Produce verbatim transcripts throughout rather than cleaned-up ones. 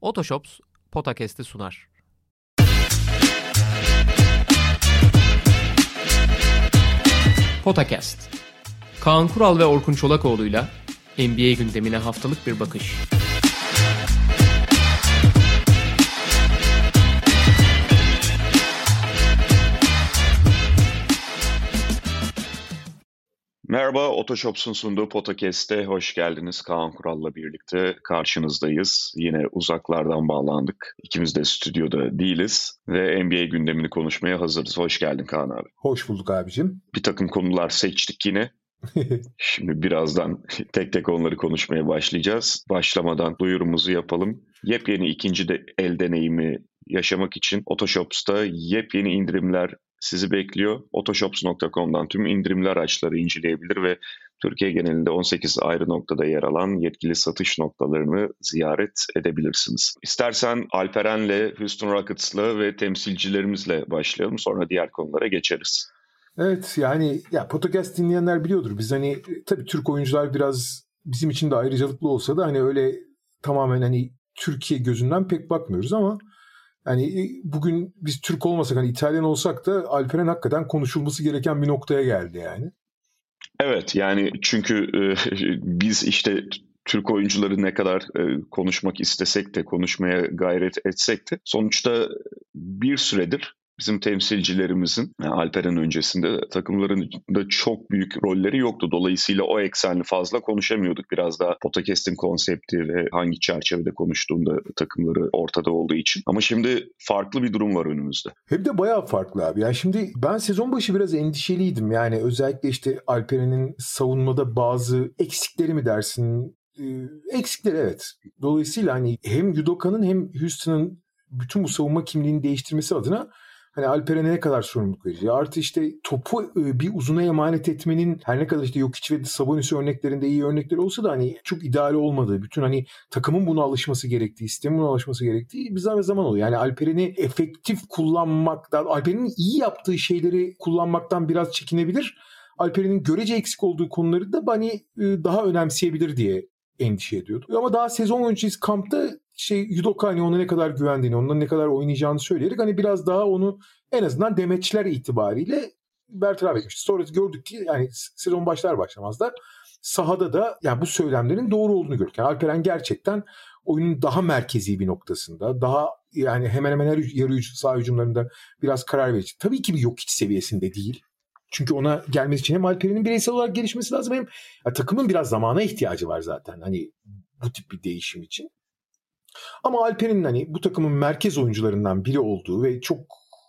Otoshops Podcast'i sunar. Podcast. Kaan Kural ve Orkun Çolakoğlu'yla N B A gündemine haftalık bir bakış. Merhaba, Otoshops'un sunduğu Podcast'e hoş geldiniz. Kaan Kural'la birlikte karşınızdayız. Yine uzaklardan bağlandık. İkimiz de stüdyoda değiliz ve N B A gündemini konuşmaya hazırız. Hoş geldin Kaan abi. Hoş bulduk abicim. Bir takım konular seçtik yine. Şimdi birazdan tek tek onları konuşmaya başlayacağız. Başlamadan duyurumuzu yapalım. Yepyeni ikinci de el deneyimi yaşamak için Otoshops'ta yepyeni indirimler sizi bekliyor. Otoshops nokta com'dan tüm indirimli araçları inceleyebilir ve Türkiye genelinde on sekiz ayrı noktada yer alan yetkili satış noktalarını ziyaret edebilirsiniz. İstersen Alperen'le, Houston Rockets'la ve temsilcilerimizle başlayalım. Sonra diğer konulara geçeriz. Evet, yani ya podcast dinleyenler biliyordur. Biz hani tabii Türk oyuncular biraz bizim için de ayrıcalıklı olsa da hani öyle tamamen hani Türkiye gözünden pek bakmıyoruz ama yani bugün biz Türk olmasak hani İtalyan olsak da Alperen hakikaten konuşulması gereken bir noktaya geldi yani. Evet, yani çünkü e, biz işte Türk oyuncuları ne kadar e, konuşmak istesek de konuşmaya gayret etsek de sonuçta bir süredir bizim temsilcilerimizin yani Alperen öncesinde takımlarında çok büyük rolleri yoktu. Dolayısıyla o eksenli fazla konuşamıyorduk. Biraz daha podcast'in konsepti ve hangi çerçevede konuştuğunda takımları ortada olduğu için. Ama şimdi farklı bir durum var önümüzde. Hem de bayağı farklı abi. Yani şimdi ben sezon başı biraz endişeliydim. Yani özellikle işte Alperen'in savunmada bazı eksikleri mi dersin? Ee, eksikleri evet. Dolayısıyla hani hem Udoka'nın hem Houston'ın bütün bu savunma kimliğini değiştirmesi adına hani Alperen'e ne kadar sorumluluk verici. Artı işte topu bir uzuna emanet etmenin her ne kadar işte Jokic ve Sabonis örneklerinde iyi örnekler olsa da hani çok ideal olmadığı, bütün hani takımın buna alışması gerektiği, sistemin buna alışması gerektiği bir zaman zaman oluyor. Yani Alperen'i efektif kullanmaktan, Alperen'in iyi yaptığı şeyleri kullanmaktan biraz çekinebilir. Alperen'in görece eksik olduğu konuları da hani daha önemseyebilir diye endişe ediyordu. Ama daha sezon öncesi kampta şey Udoka hani ona ne kadar güvendiğini, ondan ne kadar oynayacağını söyleyerek hani biraz daha onu en azından demeçler itibariyle bertaraf etmişti. Sonra gördük ki yani sezon başlar başlamaz da sahada da yani bu söylemlerin doğru olduğunu gördük. Yani Alperen gerçekten oyunun daha merkezi bir noktasında, daha yani hemen hemen her yarı saha hücumlarında biraz karar verici. Tabii ki bir Jokic seviyesinde değil. Çünkü ona gelmesi için hem Alperen'in bireysel olarak gelişmesi lazım hem ya, takımın biraz zamana ihtiyacı var zaten. Hani bu tip bir değişim için. Ama Alperen'in hani bu takımın merkez oyuncularından biri olduğu ve çok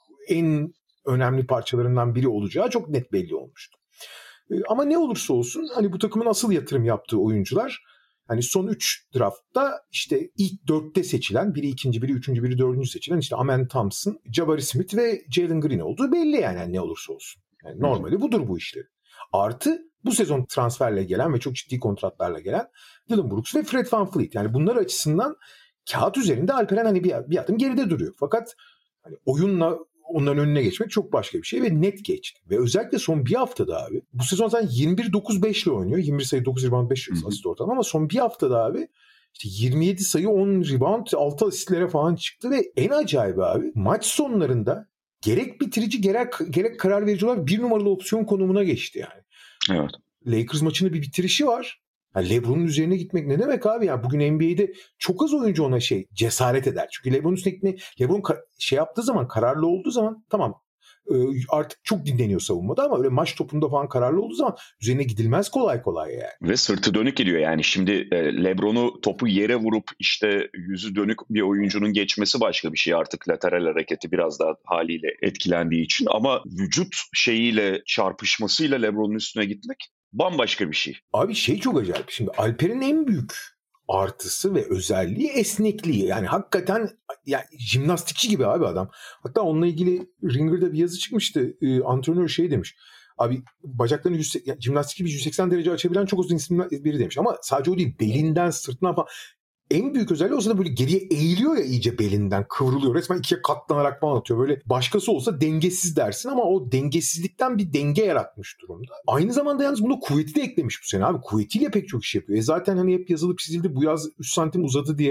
en önemli parçalarından biri olacağı çok net belli olmuştu. Ama ne olursa olsun hani bu takımın asıl yatırım yaptığı oyuncular hani son üç draftta işte ilk dörtte seçilen, biri ikinci, biri üçüncü, biri dördüncü seçilen işte Amen Thompson, Jabari Smith ve Jalen Green olduğu belli yani, yani ne olursa olsun. Yani normali budur bu işleri. Artı bu sezon transferle gelen ve çok ciddi kontratlarla gelen Dillon Brooks ve Fred VanVleet. Yani bunlar açısından kağıt üzerinde Alperen hani bir, bir adım geride duruyor. Fakat hani oyunla onların önüne geçmek çok başka bir şey ve net geçti. Ve özellikle son bir haftada abi, bu sezon zaten yirmi bir dokuz beş ile oynuyor. yirmi bir sayı dokuz rebound beş asist ortalama ama son bir haftada abi işte yirmi yedi sayı on rebound altı asistlere falan çıktı ve en acayibi abi maç sonlarında gerek bitirici gerek, gerek karar verici olarak bir numaralı opsiyon konumuna geçti yani. Evet. Lakers maçında bir bitirişi var. Yani LeBron'un üzerine gitmek ne demek abi ya? Bugün N B A'de çok az oyuncu ona şey cesaret eder. Çünkü LeBron'un üstüne gitme, LeBron ka- şey yaptığı zaman, kararlı olduğu zaman tamam artık çok dinleniyor savunmada ama öyle maç topunda falan kararlı olduğu zaman üzerine gidilmez kolay kolay yani. Ve sırtı dönük gidiyor yani. Şimdi LeBron'u topu yere vurup işte yüzü dönük bir oyuncunun geçmesi başka bir şey, artık lateral hareketi biraz daha haliyle etkilendiği için, ama vücut şeyiyle çarpışmasıyla LeBron'un üstüne gitmek bambaşka bir şey. Abi şey çok acayip. Şimdi Alper'in en büyük artısı ve özelliği esnekliği. Yani hakikaten yani jimnastikçi gibi abi adam. Hatta onunla ilgili Ringer'da bir yazı çıkmıştı. Ee, antrenör şey demiş. Abi bacaklarını yüz, yani jimnastik gibi yüz seksen derece açabilen çok uzun isimler biri demiş. Ama sadece o değil, belinden, sırtından falan. En büyük özelliği olsa da böyle geriye eğiliyor ya, iyice belinden kıvrılıyor. Resmen ikiye katlanarak falan atıyor. Böyle başkası olsa dengesiz dersin ama o dengesizlikten bir denge yaratmış durumda. Aynı zamanda yalnız buna kuvveti de eklemiş bu sene abi. Kuvvetiyle pek çok iş yapıyor. E zaten hani hep yazılıp çizildi, bu yaz üç santim uzadı diye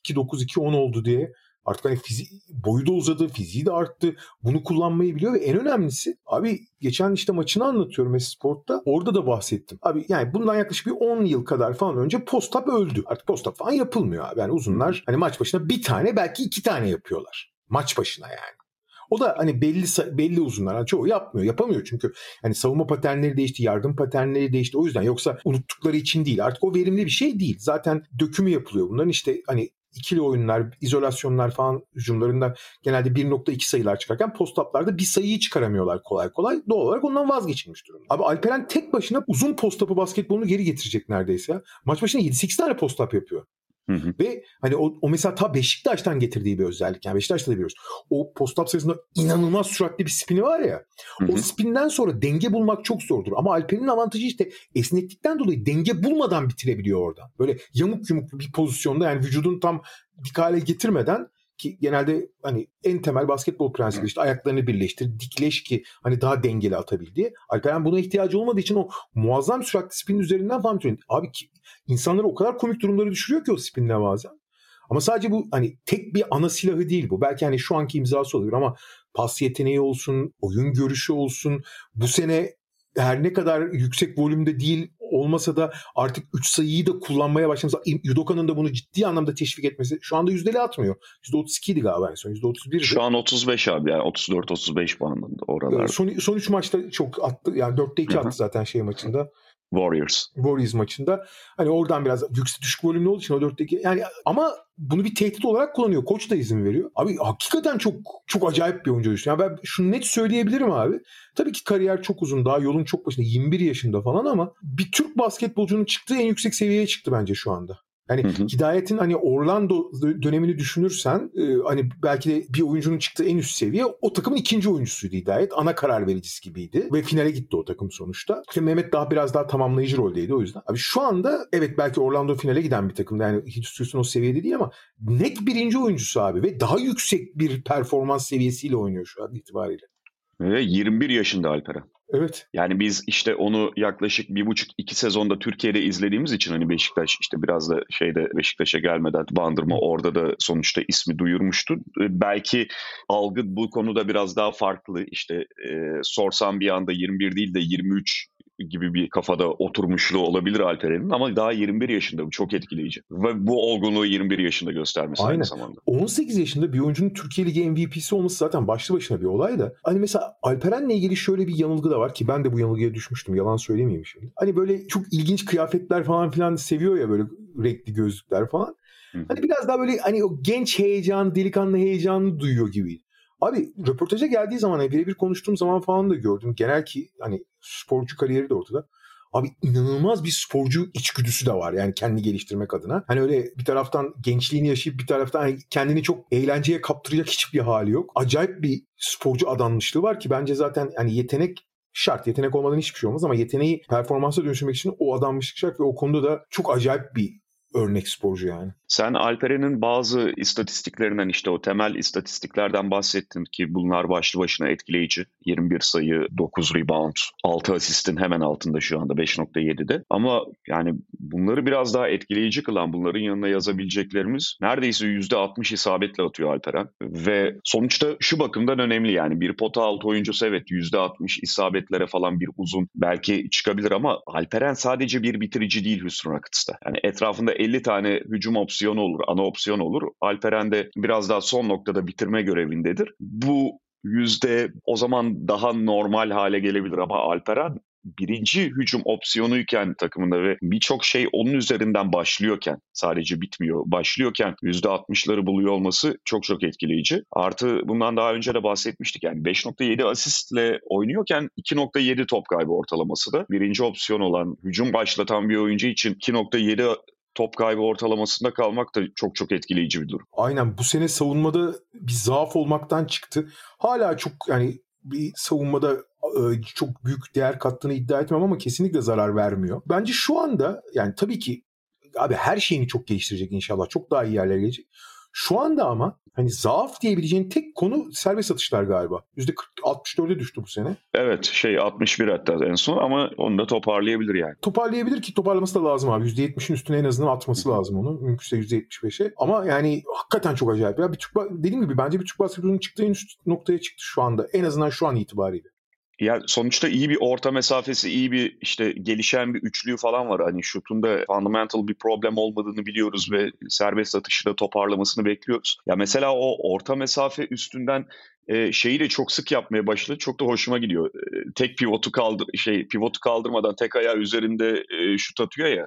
iki dokuz iki on oldu diye. Artık hani fizi- boyu da uzadı, fiziği de arttı. Bunu kullanmayı biliyor ve en önemlisi abi geçen işte maçını anlatıyorum Esport'ta. Orada da bahsettim. Abi yani bundan yaklaşık bir on yıl kadar falan önce post-up öldü. Artık post-up falan yapılmıyor abi. Yani uzunlar hani maç başına bir tane belki iki tane yapıyorlar. Maç başına yani. O da hani belli belli uzunlar. Yani çoğu yapmıyor. Yapamıyor çünkü hani savunma paternleri değişti, yardım paternleri değişti. O yüzden yoksa unuttukları için değil. Artık o verimli bir şey değil. Zaten dökümü yapılıyor bunların işte hani ikili oyunlar, izolasyonlar falan hücumlarında genelde bir nokta iki sayılar çıkarken post-up'larda bir sayıyı çıkaramıyorlar kolay kolay. Doğal olarak ondan vazgeçilmiş durumda. Abi Alperen tek başına uzun post-up'ı basketbolunu geri getirecek neredeyse. Maç başına yedi sekiz tane post-up yapıyor. Hı hı. Ve hani o, o mesela ta Beşiktaş'tan getirdiği bir özellik. Yani Beşiktaş'ta da biliyoruz. O post-up sayısında inanılmaz süratli bir spini var ya. Hı hı. O spinden sonra denge bulmak çok zordur. Ama Alper'in avantajı işte esneklikten dolayı denge bulmadan bitirebiliyor oradan. Böyle yamuk yumuk bir pozisyonda yani vücudun tam dik hale getirmeden ki genelde hani en temel basketbol prensibi işte ayaklarını birleştir, dikleş ki hani daha dengeli atabildiği. Alperen buna ihtiyacı olmadığı için o muazzam süratli spinin üzerinden falan bitiriyor. Abi ki, insanları o kadar komik durumları düşürüyor ki o spinle bazen. Ama sadece bu hani tek bir ana silahı değil bu. Belki hani şu anki imzası olabilir ama pas yeteneği olsun, oyun görüşü olsun. Bu sene her ne kadar yüksek volümde değil olmasa da artık üç sayıyı da kullanmaya başlaması. Udoka'nın da bunu ciddi anlamda teşvik etmesi. Şu anda yüzdeli atmıyor. yüzde otuz iki idi galiba en son. yüzde otuz bir. Şu an otuz beş abi yani otuz dört otuz beş bandında oralarda. Son, son üç maçta çok attı. Yani dörtte iki attı zaten şey maçında. Warriors. Warriors maçında. Hani oradan biraz yüksek düşük volümlü olduğu için o dörtte iki. Yani ama bunu bir tehdit olarak kullanıyor. Koç da izin veriyor. Abi hakikaten çok çok acayip bir oyuncu düştü. Yani ben şunu net söyleyebilirim abi. Tabii ki kariyer çok uzun. Daha yolun çok başında. yirmi bir yaşında falan ama bir Türk basketbolcunun çıktığı en yüksek seviyeye çıktı bence şu anda. Yani hı hı. Hidayet'in hani Orlando dönemini düşünürsen e, hani belki de bir oyuncunun çıktığı en üst seviye o takımın ikinci oyuncusuydu Hidayet. Ana karar vericisi gibiydi ve finale gitti o takım sonuçta. İşte Mehmet daha biraz daha tamamlayıcı roldeydi o yüzden. Abi şu anda evet belki Orlando finale giden bir takımda yani Houston o seviyede değil ama net birinci oyuncusu abi ve daha yüksek bir performans seviyesiyle oynuyor şu an itibariyle. Ve yirmi bir yaşında Alperen. Evet. Yani biz işte onu yaklaşık bir buçuk iki sezonda Türkiye'de izlediğimiz için hani Beşiktaş işte biraz da şeyde Beşiktaş'a gelmeden Bandırma orada da sonuçta ismi duyurmuştu. Belki algı bu konuda biraz daha farklı. İşte e, sorsam bir anda yirmi bir değil de yirmi üç gibi bir kafada oturmuşluğu olabilir Alperen'in ama daha yirmi bir yaşında bu çok etkileyici. Ve bu olgunluğu yirmi bir yaşında göstermesi Aynen. aynı zamanda. on sekiz yaşında bir oyuncunun Türkiye Ligi M V P'si olması zaten başlı başına bir olay da. Hani mesela Alperen'le ilgili şöyle bir yanılgı da var ki ben de bu yanılgıya düşmüştüm. Yalan söylemeyeyim şimdi. Hani böyle çok ilginç kıyafetler falan filan seviyor ya böyle renkli gözlükler falan. Hı-hı. Hani biraz daha böyle hani o genç heyecan, delikanlı heyecanını duyuyor gibi. Abi röportaja geldiği zaman hani birebir konuştuğum zaman falan da gördüm. Genel ki hani sporcu kariyeri de ortada. Abi inanılmaz bir sporcu içgüdüsü de var yani kendini geliştirmek adına. Hani öyle bir taraftan gençliğini yaşayıp bir taraftan hani kendini çok eğlenceye kaptıracak hiçbir hali yok. Acayip bir sporcu adanmışlığı var ki bence zaten hani yetenek şart. Yetenek olmadan hiçbir şey olmaz ama yeteneği performansa dönüştürmek için o adanmışlık şart ve o konuda da çok acayip bir örnek sporcu yani. Sen Alperen'in bazı istatistiklerinden işte o temel istatistiklerden bahsettin ki bunlar başlı başına etkileyici. yirmi bir sayı, dokuz rebound, altı asistin hemen altında şu anda beş nokta yedide. Ama yani bunları biraz daha etkileyici kılan bunların yanına yazabileceklerimiz neredeyse yüzde altmış isabetle atıyor Alperen. Ve sonuçta şu bakımdan önemli yani bir pota altı oyuncusu evet yüzde altmış isabetlere falan bir uzun belki çıkabilir ama Alperen sadece bir bitirici değil Houston Rockets'ta. Yani etrafında elli tane hücum opsiyonu olur, ana opsiyon olur. Alperen de biraz daha son noktada bitirme görevindedir. Bu yüzde o zaman daha normal hale gelebilir ama Alperen birinci hücum opsiyonuyken takımında ve birçok şey onun üzerinden başlıyorken sadece bitmiyor başlıyorken yüzde altmışları buluyor olması çok çok etkileyici. Artı bundan daha önce de bahsetmiştik yani beş nokta yedi asistle oynuyorken iki nokta yedi top kaybı ortalaması da birinci opsiyon olan hücum başlatan bir oyuncu için iki nokta yedi top kaybı ortalamasında kalmak da çok çok etkileyici bir durum. Aynen bu sene savunmada bir zaaf olmaktan çıktı. Hala çok yani bir savunmada çok büyük değer kattığını iddia etmem ama kesinlikle zarar vermiyor. Bence şu anda yani tabii ki abi her şeyini çok geliştirecek inşallah. Çok daha iyi yerlere gelecek. Şu anda ama hani zaaf diyebileceğin tek konu serbest atışlar galiba. yüzde kırk altmış dörde düştü bu sene. Evet şey altmış bir hatta en son ama onu da toparlayabilir yani. Toparlayabilir ki toparlaması da lazım abi. yüzde yetmişin üstüne en azından atması lazım onu. Mümkünse yüzde yetmiş beşe. Ama yani hakikaten çok acayip. Ya bir Türk, dediğim gibi bence bir Türk basketbolunun çıktığı en üst noktaya çıktı şu anda. En azından şu an itibariyle. Ya sonuçta iyi bir orta mesafesi, iyi bir işte gelişen bir üçlüğü falan var. Hani şutunda fundamental bir problem olmadığını biliyoruz ve serbest atışı da toparlamasını bekliyoruz. Ya mesela o orta mesafe üstünden e, şeyi de çok sık yapmaya başladı. Çok da hoşuma gidiyor. E, tek pivotu kaldır şey pivotu kaldırmadan tek ayağı üzerinde e, şut atıyor ya.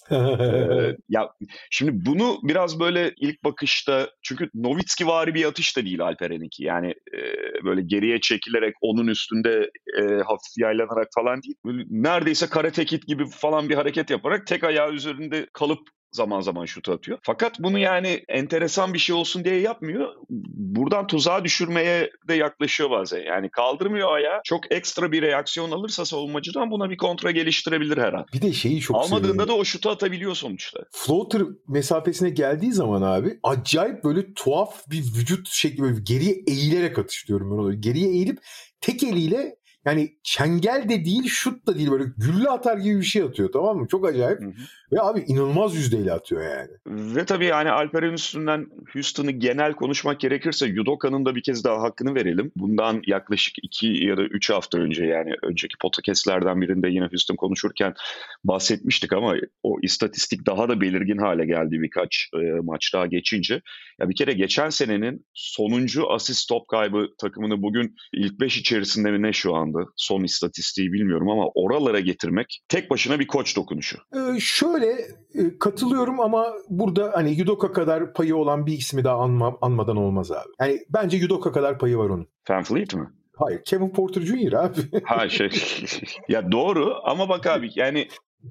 ee, ya şimdi bunu biraz böyle ilk bakışta çünkü Nowitzki-vari bir atış da değil Alperen'inki. Yani e, böyle geriye çekilerek onun üstünde e, hafif yaylanarak falan değil. Böyle neredeyse Karate Kid gibi falan bir hareket yaparak tek ayağı üzerinde kalıp zaman zaman şut atıyor. Fakat bunu yani enteresan bir şey olsun diye yapmıyor. Buradan tuzağa düşürmeye de yaklaşıyor bazen. Yani kaldırmıyor ayağı. Çok ekstra bir reaksiyon alırsa savunmacıdan buna bir kontra geliştirebilir her an. Bir de şeyi çok Almadığında seviyorum. da o şutu atabiliyor sonuçta. Floater mesafesine geldiği zaman abi acayip böyle tuhaf bir vücut şekli, böyle geriye eğilerek atışlıyorum ben onu. Geriye eğilip tek eliyle yani çengel de değil, şut da değil, böyle gülle atar gibi bir şey atıyor, tamam mı? Çok acayip. Hı hı. Ve abi inanılmaz yüzdeyle atıyor yani. Ve tabii yani Alperen üstünden Houston'ı genel konuşmak gerekirse Udoka'nın da bir kez daha hakkını verelim. Bundan yaklaşık iki ya da üç hafta önce yani önceki podcastlerden birinde yine Houston konuşurken bahsetmiştik ama o istatistik daha da belirgin hale geldi birkaç e, maç daha geçince. Ya bir kere geçen senenin sonuncu asist top kaybı takımını bugün ilk beş içerisinde mi ne şu anda? Son istatistiği bilmiyorum ama oralara getirmek tek başına bir koç dokunuşu. Ee, şöyle e, katılıyorum ama burada hani Udoka kadar payı olan bir ismi daha anma, anmadan olmaz abi. Yani bence Udoka kadar payı var onun. VanVleet mi? Hayır, Kevin Porter Junior abi. Ha şey ya doğru ama bak abi yani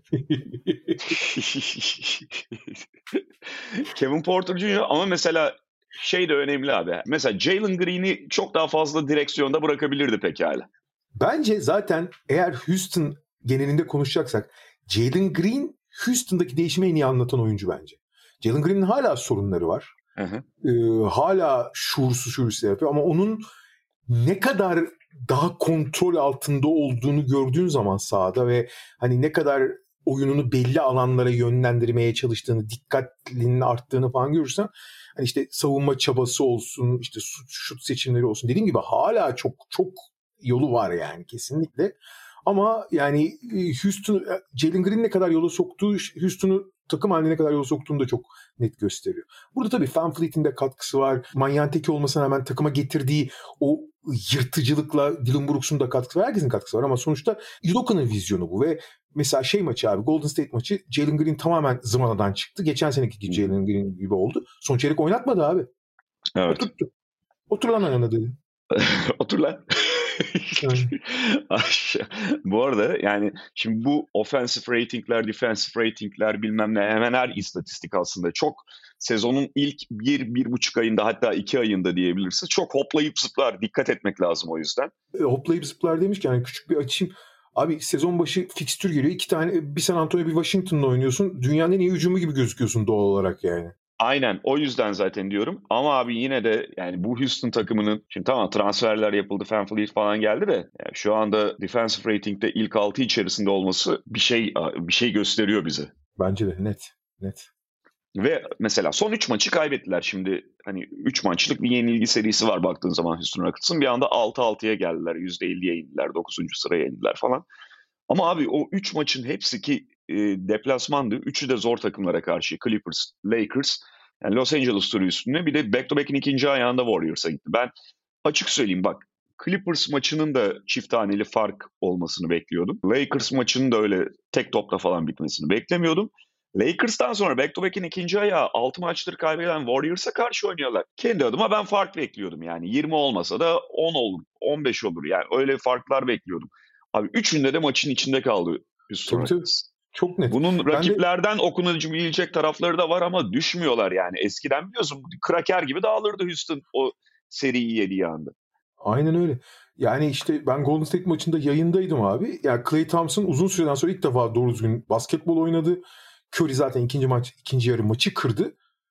Kevin Porter Junior ama mesela şey de önemli abi. Mesela Jalen Green'i çok daha fazla direksiyonda bırakabilirdi pekala. Bence zaten eğer Houston genelinde konuşacaksak Jalen Green Houston'daki değişimi en iyi anlatan oyuncu bence. Jalen Green'in hala sorunları var. Hı hı. Ee, hala şuursuz şuursuz yapıyor ama onun ne kadar daha kontrol altında olduğunu gördüğün zaman sahada ve hani ne kadar oyununu belli alanlara yönlendirmeye çalıştığını, dikkatinin arttığını falan görürsen hani işte savunma çabası olsun, işte şut seçimleri olsun, dediğim gibi hala çok çok yolu var yani kesinlikle. Ama yani Houston, Jalen Green ne kadar yola soktuğu, Houston'u takım haline ne kadar yola soktuğunu da çok net gösteriyor. Burada tabii VanVleet'in de katkısı var. Manyanteki olmasına rağmen takıma getirdiği o yırtıcılıkla Dillon Brooks'un da katkısı var. Herkesin katkısı var ama sonuçta Udoka'nın vizyonu bu ve mesela şey maçı abi, Golden State maçı, Jalen Green tamamen zıvanadan çıktı. Geçen seneki Jalen Green gibi oldu. Son çeyrek oynatmadı abi. Evet. Oturttu. Otur lan ayağına dedi. Otur lan. Bu arada yani şimdi bu offensive ratingler, defensive ratingler bilmem ne hemen her istatistik aslında çok sezonun ilk bir, bir buçuk ayında hatta iki ayında diyebilirsin. Çok hoplayıp zıplar. Dikkat etmek lazım o yüzden. E, hoplayıp zıplar demişken yani küçük bir açayım. Abi sezon başı fikstür geliyor. İki tane, bir San Antonio bir Washington'la oynuyorsun. Dünyanın en iyi hücumu gibi gözüküyorsun doğal olarak yani. Aynen o yüzden zaten diyorum ama abi yine de yani bu Houston takımının şimdi tamam transferler yapıldı, VanVleet falan geldi de yani şu anda defensive rating'de ilk altı içerisinde olması bir şey bir şey gösteriyor bize. Bence de net net. Ve mesela son üç maçı kaybettiler şimdi hani üç maçlık bir yenilgi serisi var baktığın zaman Houston Rockets'ın bir anda altı altıya geldiler, yüzde elliye indiler, dokuzuncu sıraya indiler falan. Ama abi o üç maçın hepsi ki e, deplasmandı. Üçü de zor takımlara karşı. Clippers, Lakers, yani Los Angeles turu üstüne bir de back to back'in ikinci ayağında Warriors'a gitti. Ben açık söyleyeyim bak Clippers maçının da çift taneli fark olmasını bekliyordum. Lakers maçının da öyle tek topla falan bitmesini beklemiyordum. Lakers'tan sonra back to back'in ikinci ayağı altı maçları kaybeden Warriors'a karşı oynuyorlar. Kendi adıma ben fark bekliyordum yani. yirmi olmasa da on olur, on beş olur yani öyle farklar bekliyordum. Abi üçünde de maçın içinde kaldı Houston Rockets. Çok net. Bunun rakiplerden de okunabilecek tarafları da var ama düşmüyorlar yani. Eskiden biliyorsun kraker gibi dağılırdı Houston o seriyi yediği anda. Aynen öyle. Yani işte ben Golden State maçında yayındaydım abi. Yani Klay Thompson uzun süreden sonra ilk defa doğru düzgün basketbol oynadı. Curry zaten ikinci maç, ikinci yarı maçı kırdı.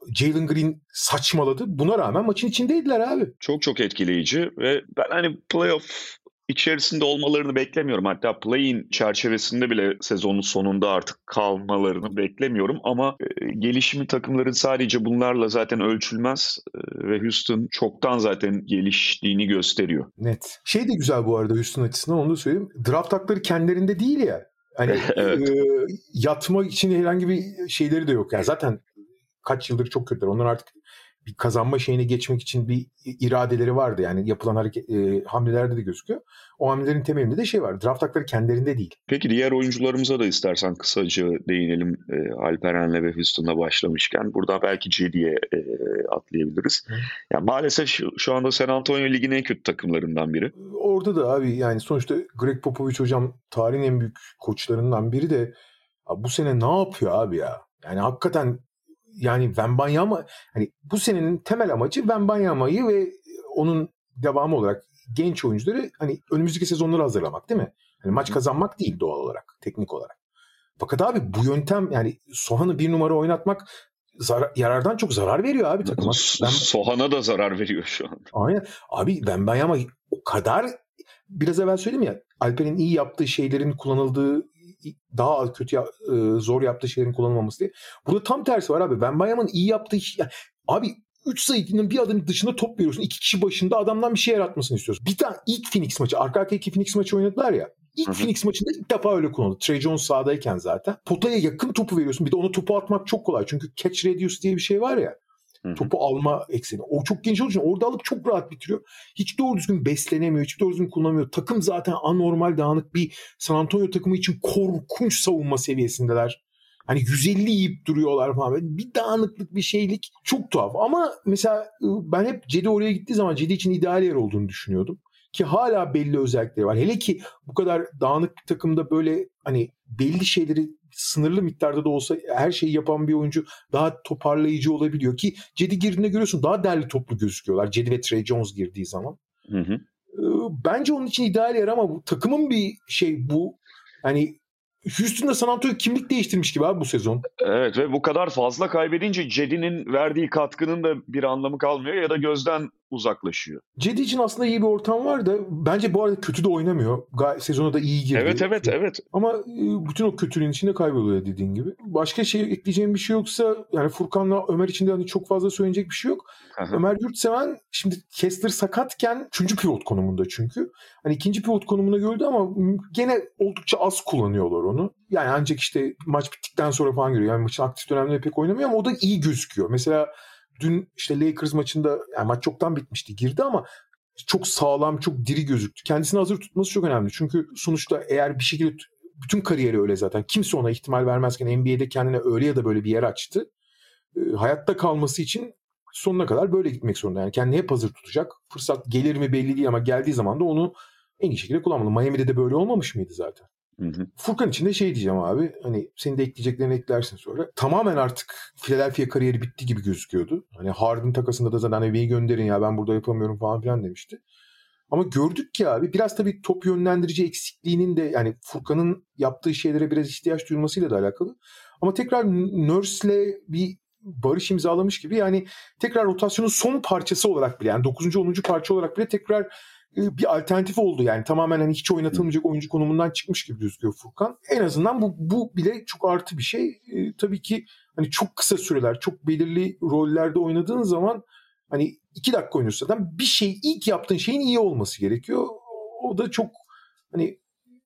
Jalen Green saçmaladı. Buna rağmen maçın içindeydiler abi. Çok çok etkileyici ve ben hani playoff içerisinde olmalarını beklemiyorum. Hatta play-in çerçevesinde bile sezonun sonunda artık kalmalarını beklemiyorum. Ama e, gelişimi takımların sadece bunlarla zaten ölçülmez e, ve Houston çoktan zaten geliştiğini gösteriyor. Net. Şey de güzel bu arada Houston açısından, onu da söyleyeyim. Draft hakları kendilerinde değil ya. Hani Evet. e, yatma için herhangi bir şeyleri de yok. Yani zaten kaç yıldır çok kötüler. Onlar artık bir kazanma şeyine geçmek için bir iradeleri vardı. Yani yapılan hareket, e, hamlelerde de gözüküyor. O hamlelerin temelinde de şey var. Draft hakları kendilerinde değil. Peki diğer oyuncularımıza da istersen kısaca değinelim. E, Alperen'le ve Houston'la başlamışken. Burada belki Cedi'ye e, atlayabiliriz. Hı. Ya maalesef şu, şu anda San Antonio Ligi'nin en kötü takımlarından biri. Orada da abi yani sonuçta Greg Popovich hocam tarihin en büyük koçlarından biri de bu sene ne yapıyor abi ya? Yani hakikaten yani Wembanyama, hani bu senenin temel amacı Wembanyama'yı ve onun devamı olarak genç oyuncuları hani önümüzdeki sezonları hazırlamak değil mi? Hani maç kazanmak değil doğal olarak, teknik olarak. Fakat abi bu yöntem, yani Sohan'ı bir numara oynatmak zarar, yarardan çok zarar veriyor abi takıma. Ben... Sohan'a da zarar veriyor şu an. Aynen. Abi Wembanyama o kadar, biraz evvel söyledim ya, Alper'in iyi yaptığı şeylerin kullanıldığı, daha kötü zor yaptığı şeylerin kullanılmaması diye. Burada tam tersi var abi. Wembanyama'nın iyi yaptığı iş, yani abi üç sayının bir adım dışında top veriyorsun. İki kişi başında adamdan bir şey yaratmasını istiyorsun. Bir tane ilk Phoenix maçı, arka arkaya iki Phoenix maçı oynadılar ya. İlk Hı-hı. Phoenix maçında ilk defa öyle kullanıldı. Trey Jones sahadayken zaten. Potaya yakın topu veriyorsun. Bir de ona topu atmak çok kolay. Çünkü catch radius diye bir şey var ya. Hı-hı. Topu alma ekseni. O çok geniş olduğu için orada alıp çok rahat bitiriyor. Hiç doğru düzgün beslenemiyor. Hiç doğru düzgün kullanamıyor. Takım zaten anormal dağınık bir San Antonio takımı için korkunç savunma seviyesindeler. Hani yüz elli yiyip duruyorlar falan. Bir dağınıklık, bir şeylik. Çok tuhaf. Ama mesela ben hep Cedi oraya gittiği zaman Cedi için ideal yer olduğunu düşünüyordum. Ki hala belli özellikleri var. Hele ki bu kadar dağınık bir takımda böyle hani belli şeyleri sınırlı miktarda da olsa her şeyi yapan bir oyuncu daha toparlayıcı olabiliyor. Ki Cedi girdiğinde görüyorsun daha derli toplu gözüküyorlar. Cedi ve Trey Jones girdiği zaman. Hı hı. Bence onun için ideal yer ama bu takımın bir şey bu. Hani Houston'da San Antonio kimlik değiştirmiş gibi abi bu sezon. Evet ve bu kadar fazla kaybedince Cedi'nin verdiği katkının da bir anlamı kalmıyor ya da gözden uzaklaşıyor. Cedi için aslında iyi bir ortam var da bence bu arada kötü de oynamıyor. Gay- sezona da iyi girdi. Evet evet evet. Ama bütün o kötülüğün içinde kayboluyor dediğin gibi. Başka şey ekleyeceğim bir şey yoksa yani Furkan'la Ömer için de hani çok fazla söyleyecek bir şey yok. Aha. Ömer Yurtseven şimdi Kessler sakatken üçüncü pivot konumunda çünkü. Hani ikinci pivot konumuna gördü ama gene oldukça az kullanıyorlar onu. Yani ancak işte maç bittikten sonra falan görüyor. Yani maçın aktif döneminde pek oynamıyor ama o da iyi gözüküyor. Mesela dün işte Lakers maçında yani maç çoktan bitmişti, girdi ama çok sağlam, çok diri gözüktü. Kendisini hazır tutması çok önemli. Çünkü sonuçta eğer bir şekilde bütün kariyeri öyle zaten. Kimse ona ihtimal vermezken N B A'de kendine öyle ya da böyle bir yer açtı. E, hayatta kalması için sonuna kadar böyle gitmek zorunda. Yani kendini hep hazır tutacak. Fırsat gelir mi belli değil ama geldiği zaman da onu en iyi şekilde kullanmalı. Miami'de de böyle olmamış mıydı zaten? Hı hı. Furkan için de şey diyeceğim abi, hani senin de ekleyeceklerini eklersin sonra. Tamamen artık Philadelphia kariyeri bitti gibi gözüküyordu. Hani Harden takasında da zaten evi gönderin ya ben burada yapamıyorum falan filan demişti. Ama gördük ki abi biraz tabii top yönlendirici eksikliğinin de yani Furkan'ın yaptığı şeylere biraz ihtiyaç duyulmasıyla da alakalı. Ama tekrar Nurse'le bir barış imzalamış gibi yani tekrar rotasyonun son parçası olarak bile yani dokuzuncu onuncu parça olarak bile tekrar bir alternatif oldu yani tamamen hani hiç oynatılmayacak oyuncu konumundan çıkmış gibi gözüküyor Furkan. En azından bu bu bile çok artı bir şey. Ee, tabii ki hani çok kısa süreler, çok belirli rollerde oynadığın zaman hani iki dakika oynuyorsun zaten bir şey ilk yaptığın şeyin iyi olması gerekiyor. O da çok hani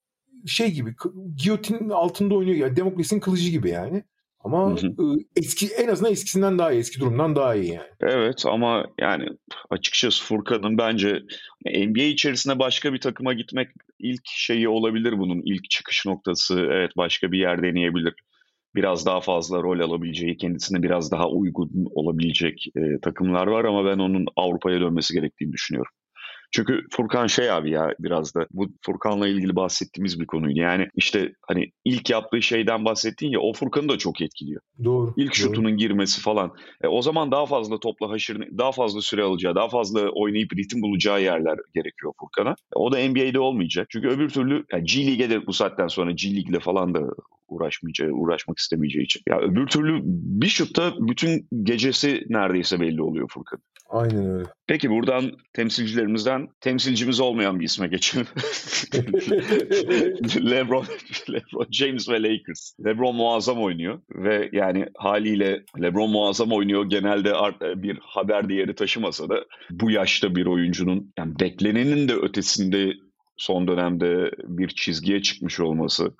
şey gibi giyotin altında oynuyor ya yani, Demokles'in kılıcı gibi yani. Ama hı hı. eski en azından eskisinden daha iyi, eski durumdan daha iyi yani. Evet ama yani açıkçası Furkan'ın bence N B A içerisinde başka bir takıma gitmek ilk şeyi olabilir bunun. İlk çıkış noktası. Evet başka bir yer deneyebilir. Biraz daha fazla rol alabileceği, kendisine biraz daha uygun olabilecek e, takımlar var ama ben onun Avrupa'ya dönmesi gerektiğini düşünüyorum. Çünkü Furkan şey abi ya biraz da bu Furkan'la ilgili bahsettiğimiz bir konuydu. Yani işte hani ilk yaptığı şeyden bahsettiğin ya o Furkan'ı da çok etkiliyor. Doğru. İlk şutunun doğru. girmesi falan. E, o zaman daha fazla topla haşır, daha fazla süre alacağı, daha fazla oynayıp ritim bulacağı yerler gerekiyor Furkan'a. E, o da N B A'de olmayacak. Çünkü öbür türlü yani G League'e de bu saatten sonra G League'le falan da uğraşmayacağı, uğraşmak istemeyeceği için. Ya öbür türlü bir şutta bütün gecesi neredeyse belli oluyor Furkan. Aynen öyle. Peki buradan temsilcilerimizden temsilcimiz olmayan bir isme geçelim. LeBron, LeBron James ve Lakers. LeBron muazzam oynuyor ve yani haliyle LeBron muazzam oynuyor. Genelde bir haber değeri taşımasa da bu yaşta bir oyuncunun yani beklenenin de ötesinde son dönemde bir çizgiye çıkmış olması,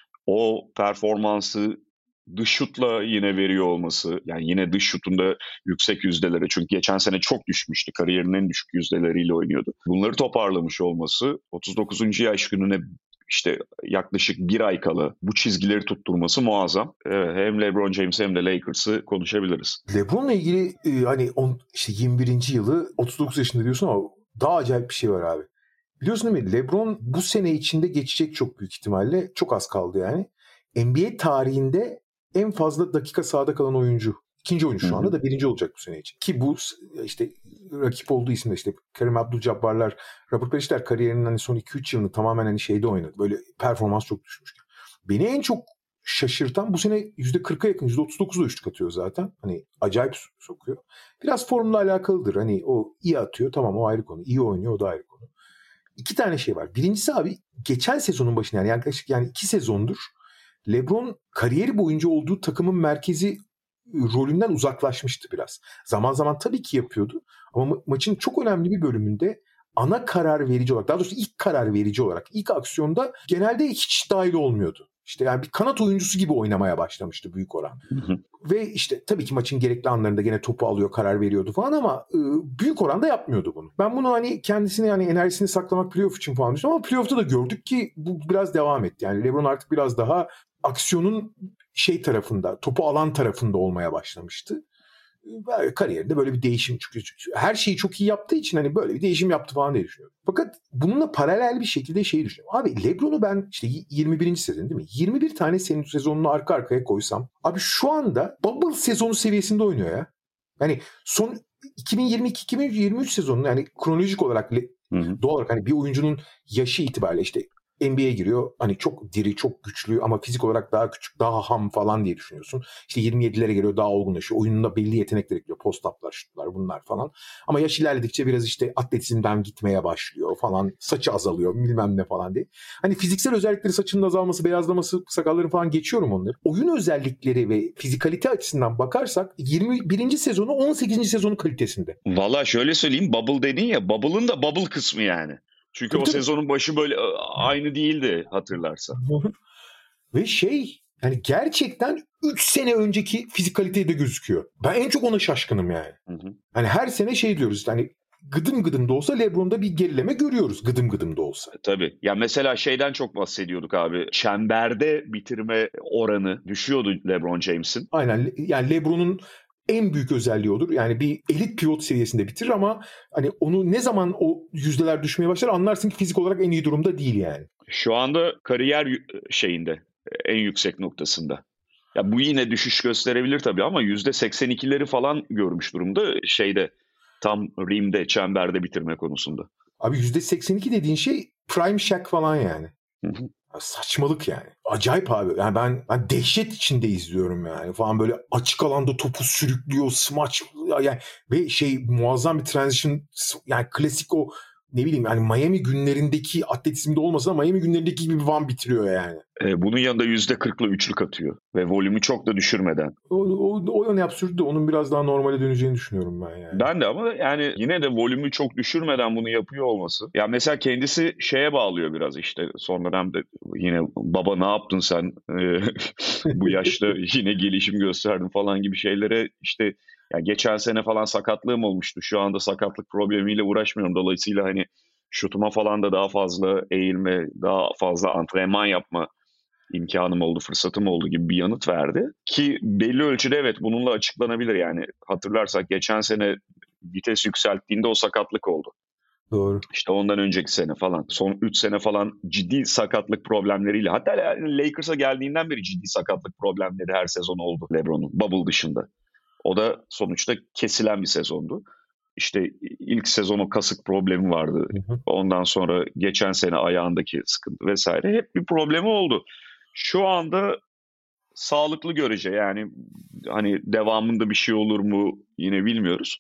o performansı dış şutla yine veriyor olması, yani yine dış şutunda yüksek yüzdelere, çünkü geçen sene çok düşmüştü, kariyerinin en düşük yüzdeleriyle oynuyordu. Bunları toparlamış olması, otuz dokuzuncu yaş gününe işte yaklaşık bir ay kala bu çizgileri tutturması muazzam. Evet, hem LeBron James hem de Lakers'ı konuşabiliriz. LeBron'la ilgili e, hani on, işte yirmi birinci yılı otuz dokuz yaşında diyorsun ama daha acayip bir şey var abi. Biliyorsun değil mi? LeBron bu sene içinde geçecek çok büyük ihtimalle. Çok az kaldı yani. N B A tarihinde en fazla dakika sahada kalan oyuncu. İkinci oyuncu şu anda da birinci olacak bu sene için. Ki bu işte rakip olduğu isimde işte Kareem Abdul-Jabbar'lar, Robert Parrish'ler kariyerinin hani son iki üç yılını tamamen hani şeyde oynadı. Böyle performans çok düşmüş. Beni en çok şaşırtan bu sene yüzde kırka yakın, yüzde otuz dokuzla üçlük atıyor zaten. Hani acayip sokuyor. Biraz formla alakalıdır. Hani o iyi atıyor, tamam, o ayrı konu. İyi oynuyor, o da ayrı konu. İki tane şey var. Birincisi abi geçen sezonun başında yani yaklaşık yani iki sezondur LeBron kariyeri boyunca olduğu takımın merkezi rolünden uzaklaşmıştı biraz. Zaman zaman tabii ki yapıyordu ama ma- maçın çok önemli bir bölümünde ana karar verici olarak, daha doğrusu ilk karar verici olarak, ilk aksiyonda genelde hiç dahil olmuyordu. İşte yani bir kanat oyuncusu gibi oynamaya başlamıştı büyük oran. Hı hı. Ve işte tabii ki maçın gerekli anlarında gene topu alıyor, karar veriyordu falan ama e, büyük oranda yapmıyordu bunu. Ben bunu hani kendisini yani enerjisini saklamak playoff için falan düşünüyorum ama playoff'ta da gördük ki bu biraz devam etti. Yani LeBron artık biraz daha aksiyonun şey tarafında, topu alan tarafında olmaya başlamıştı. Kariyerinde böyle bir değişim, çünkü her şeyi çok iyi yaptığı için hani böyle bir değişim yaptı falan diye düşünüyorum. Fakat bununla paralel bir şekilde şeyi düşünüyorum. Abi LeBron'u ben işte yirmi birinci sezon değil mi? yirmi bir tane senin sezonunu arka arkaya koysam abi şu anda bubble sezonu seviyesinde oynuyor ya. Yani son iki bin yirmi iki iki bin yirmi üç sezonunu yani kronolojik olarak hı hı. doğal olarak hani bir oyuncunun yaşı itibariyle işte N B A'ye giriyor. Hani çok diri, çok güçlü ama fizik olarak daha küçük, daha ham falan diye düşünüyorsun. İşte yirmi yedilere geliyor, daha olgunlaşıyor. Oyununda belli yetenekler ekliyor. Post-up'lar, şutlar, bunlar falan. Ama yaş ilerledikçe biraz işte atletizmden gitmeye başlıyor falan. Saçı azalıyor, bilmem ne falan diye. Hani fiziksel özellikleri, saçının azalması, beyazlaması, sakalların falan geçiyorum onları. Oyun özellikleri ve fizikalite açısından bakarsak yirmi birinci sezonu on sekizinci sezonu kalitesinde. Valla şöyle söyleyeyim, bubble dedin ya, bubble'ın da bubble kısmı yani. Çünkü tabii, o tabii. Sezonun başı böyle aynı değildi hatırlarsan. Ve şey yani gerçekten üç sene önceki fizikalitede gözüküyor. Ben en çok ona şaşkınım yani. Hı hı. Hani her sene şey diyoruz hani gıdım gıdım da olsa LeBron'da bir gerileme görüyoruz, gıdım gıdım da olsa. E, tabii. Ya mesela şeyden çok bahsediyorduk abi. Çemberde bitirme oranı düşüyordu LeBron James'in. Aynen, yani LeBron'un en büyük özelliği odur. Yani bir elit pivot seviyesinde bitirir ama hani onu ne zaman o yüzdeler düşmeye başlar anlarsın ki fizik olarak en iyi durumda değil yani. Şu anda kariyer şeyinde en yüksek noktasında. Ya bu yine düşüş gösterebilir tabii ama yüzde seksen ikileri falan görmüş durumda şeyde, tam rimde, çemberde bitirme konusunda. Abi yüzde seksen iki dediğin şey prime Shaq falan yani. Hı hı. Saçmalık yani. Acayip abi. Yani ben ben dehşet içinde izliyorum yani. Falan böyle açık alanda topu sürüklüyor, smaç yani ve şey muazzam bir transition, yani klasik o ne bileyim yani Miami günlerindeki atletizmde olmasa da Miami günlerindeki gibi bir van bitiriyor yani. E, bunun yanında yüzde kırkla üçlük atıyor ve volümü çok da düşürmeden. O, o, o yani absürt de onun biraz daha normale döneceğini düşünüyorum ben yani. Ben de ama yani yine de volümü çok düşürmeden bunu yapıyor olması. Ya yani mesela kendisi şeye bağlıyor biraz işte son dönemde yine baba ne yaptın sen bu yaşta yine gelişim gösterdin falan gibi şeylere işte. Ya geçen sene falan sakatlığım olmuştu. Şu anda sakatlık problemiyle uğraşmıyorum. Dolayısıyla hani şutuma falan da daha fazla eğilme, daha fazla antrenman yapma imkanım oldu, fırsatım oldu gibi bir yanıt verdi. Ki belli ölçüde evet bununla açıklanabilir yani. Hatırlarsak geçen sene vites yükselttiğinde o sakatlık oldu. Doğru. İşte ondan önceki sene falan. Son üç sene falan ciddi sakatlık problemleriyle. Hatta Lakers'a geldiğinden beri ciddi sakatlık problemleri her sezon oldu LeBron'un. Bubble dışında. O da sonuçta kesilen bir sezondu. İşte ilk sezon o kasık problemi vardı. Hı hı. Ondan sonra geçen sene ayağındaki sıkıntı vesaire. Hep bir problemi oldu. Şu anda sağlıklı görece yani hani devamında bir şey olur mu yine bilmiyoruz.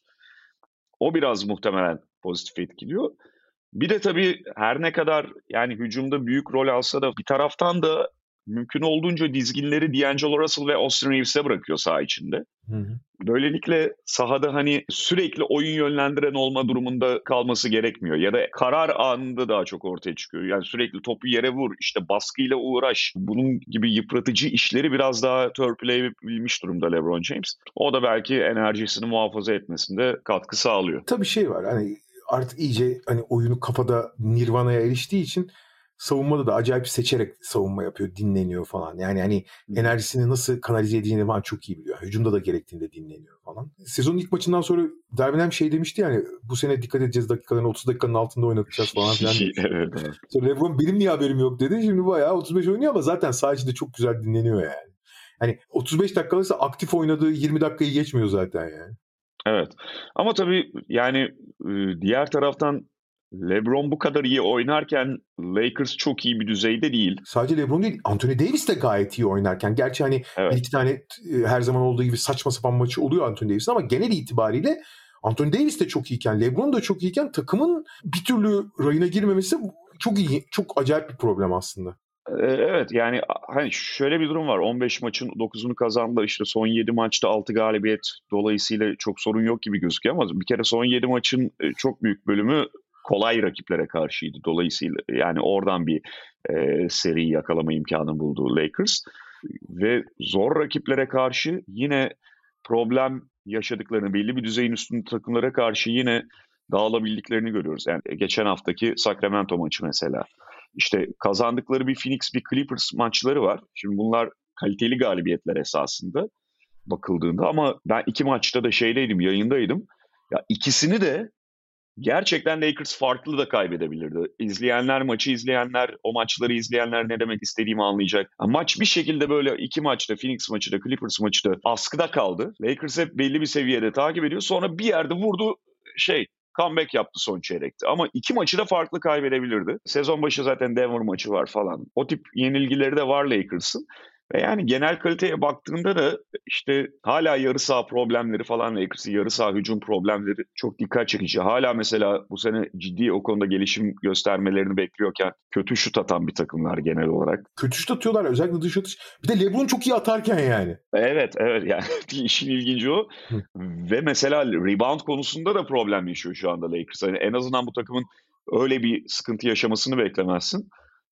O biraz muhtemelen pozitif etkiliyor. Bir de tabii her ne kadar yani hücumda büyük rol alsa da bir taraftan da mümkün olduğunca dizginleri D'Angelo Russell ve Austin Reeves'e bırakıyor saha içinde. Hı hı. Böylelikle sahada hani sürekli oyun yönlendiren olma durumunda kalması gerekmiyor. Ya da karar anında daha çok ortaya çıkıyor. Yani sürekli topu yere vur, işte baskıyla uğraş. Bunun gibi yıpratıcı işleri biraz daha törpüleyebilmiş durumda LeBron James. O da belki enerjisini muhafaza etmesinde katkı sağlıyor. Tabii şey var hani artık iyice hani oyunu kafada Nirvana'ya eriştiği için savunmada da acayip seçerek savunma yapıyor, dinleniyor falan. Yani hani enerjisini nasıl kanalize edeceğini falan çok iyi biliyor. Hücumda da gerektiğinde dinleniyor falan. Sezonun ilk maçından sonra Darvin Ham şey demişti yani bu sene dikkat edeceğiz dakikalarını otuz dakikanın altında oynatacağız falan filan demişti. Evet, evet. Sonra LeBron benim niye haberim yok dedi. Şimdi bayağı otuz beş oynuyor ama zaten saha içinde çok güzel dinleniyor yani. Hani otuz beş dakikalıksa aktif oynadığı yirmi dakikayı geçmiyor zaten yani. Evet ama tabii yani diğer taraftan LeBron bu kadar iyi oynarken Lakers çok iyi bir düzeyde değil. Sadece LeBron değil, Anthony Davis de gayet iyi oynarken. Gerçi hani evet. bir iki tane her zaman olduğu gibi saçma sapan maçı oluyor Anthony Davis'in ama genel itibariyle Anthony Davis de çok iyiyken, LeBron da çok iyiyken takımın bir türlü rayına girmemesi çok iyi, çok acayip bir problem aslında. Evet yani hani şöyle bir durum var. on beş maçın dokuzunu kazandı. İşte son yedi maçta altı galibiyet dolayısıyla çok sorun yok gibi gözüküyor ama bir kere son yedi maçın çok büyük bölümü kolay rakiplere karşıydı. Dolayısıyla yani oradan bir e, seri yakalama imkanı buldu Lakers. Ve zor rakiplere karşı yine problem yaşadıklarını, belli bir düzeyin üstünde takımlara karşı yine dağılabildiklerini görüyoruz. Yani geçen haftaki Sacramento maçı mesela. İşte kazandıkları bir Phoenix, bir Clippers maçları var. Şimdi bunlar kaliteli galibiyetler esasında bakıldığında ama ben iki maçta da şeydeydim, yayındaydım. Ya ikisini de gerçekten Lakers farklı da kaybedebilirdi. İzleyenler, maçı izleyenler, o maçları izleyenler ne demek istediğimi anlayacak. Maç bir şekilde böyle iki maçta, Phoenix maçı da, Clippers maçı da askıda kaldı. Lakers hep belli bir seviyede takip ediyor. Sonra bir yerde vurdu şey, comeback yaptı son çeyrekte. Ama iki maçı da farklı kaybedebilirdi. Sezon başı zaten Denver maçı var falan. O tip yenilgileri de var Lakers'ın. Ve yani genel kaliteye baktığında da işte hala yarı saha problemleri falan, Lakers'ın yarı saha hücum problemleri çok dikkat çekici. Hala mesela bu sene ciddi o konuda gelişim göstermelerini bekliyorken kötü şut atan bir takımlar genel olarak. Kötü şut atıyorlar özellikle dış atış. Bir de LeBron çok iyi atarken yani. Evet evet yani işin ilginci o. Hı. Ve mesela rebound konusunda da problem yaşıyor şu anda Lakers. Yani en azından bu takımın öyle bir sıkıntı yaşamasını beklemezsin.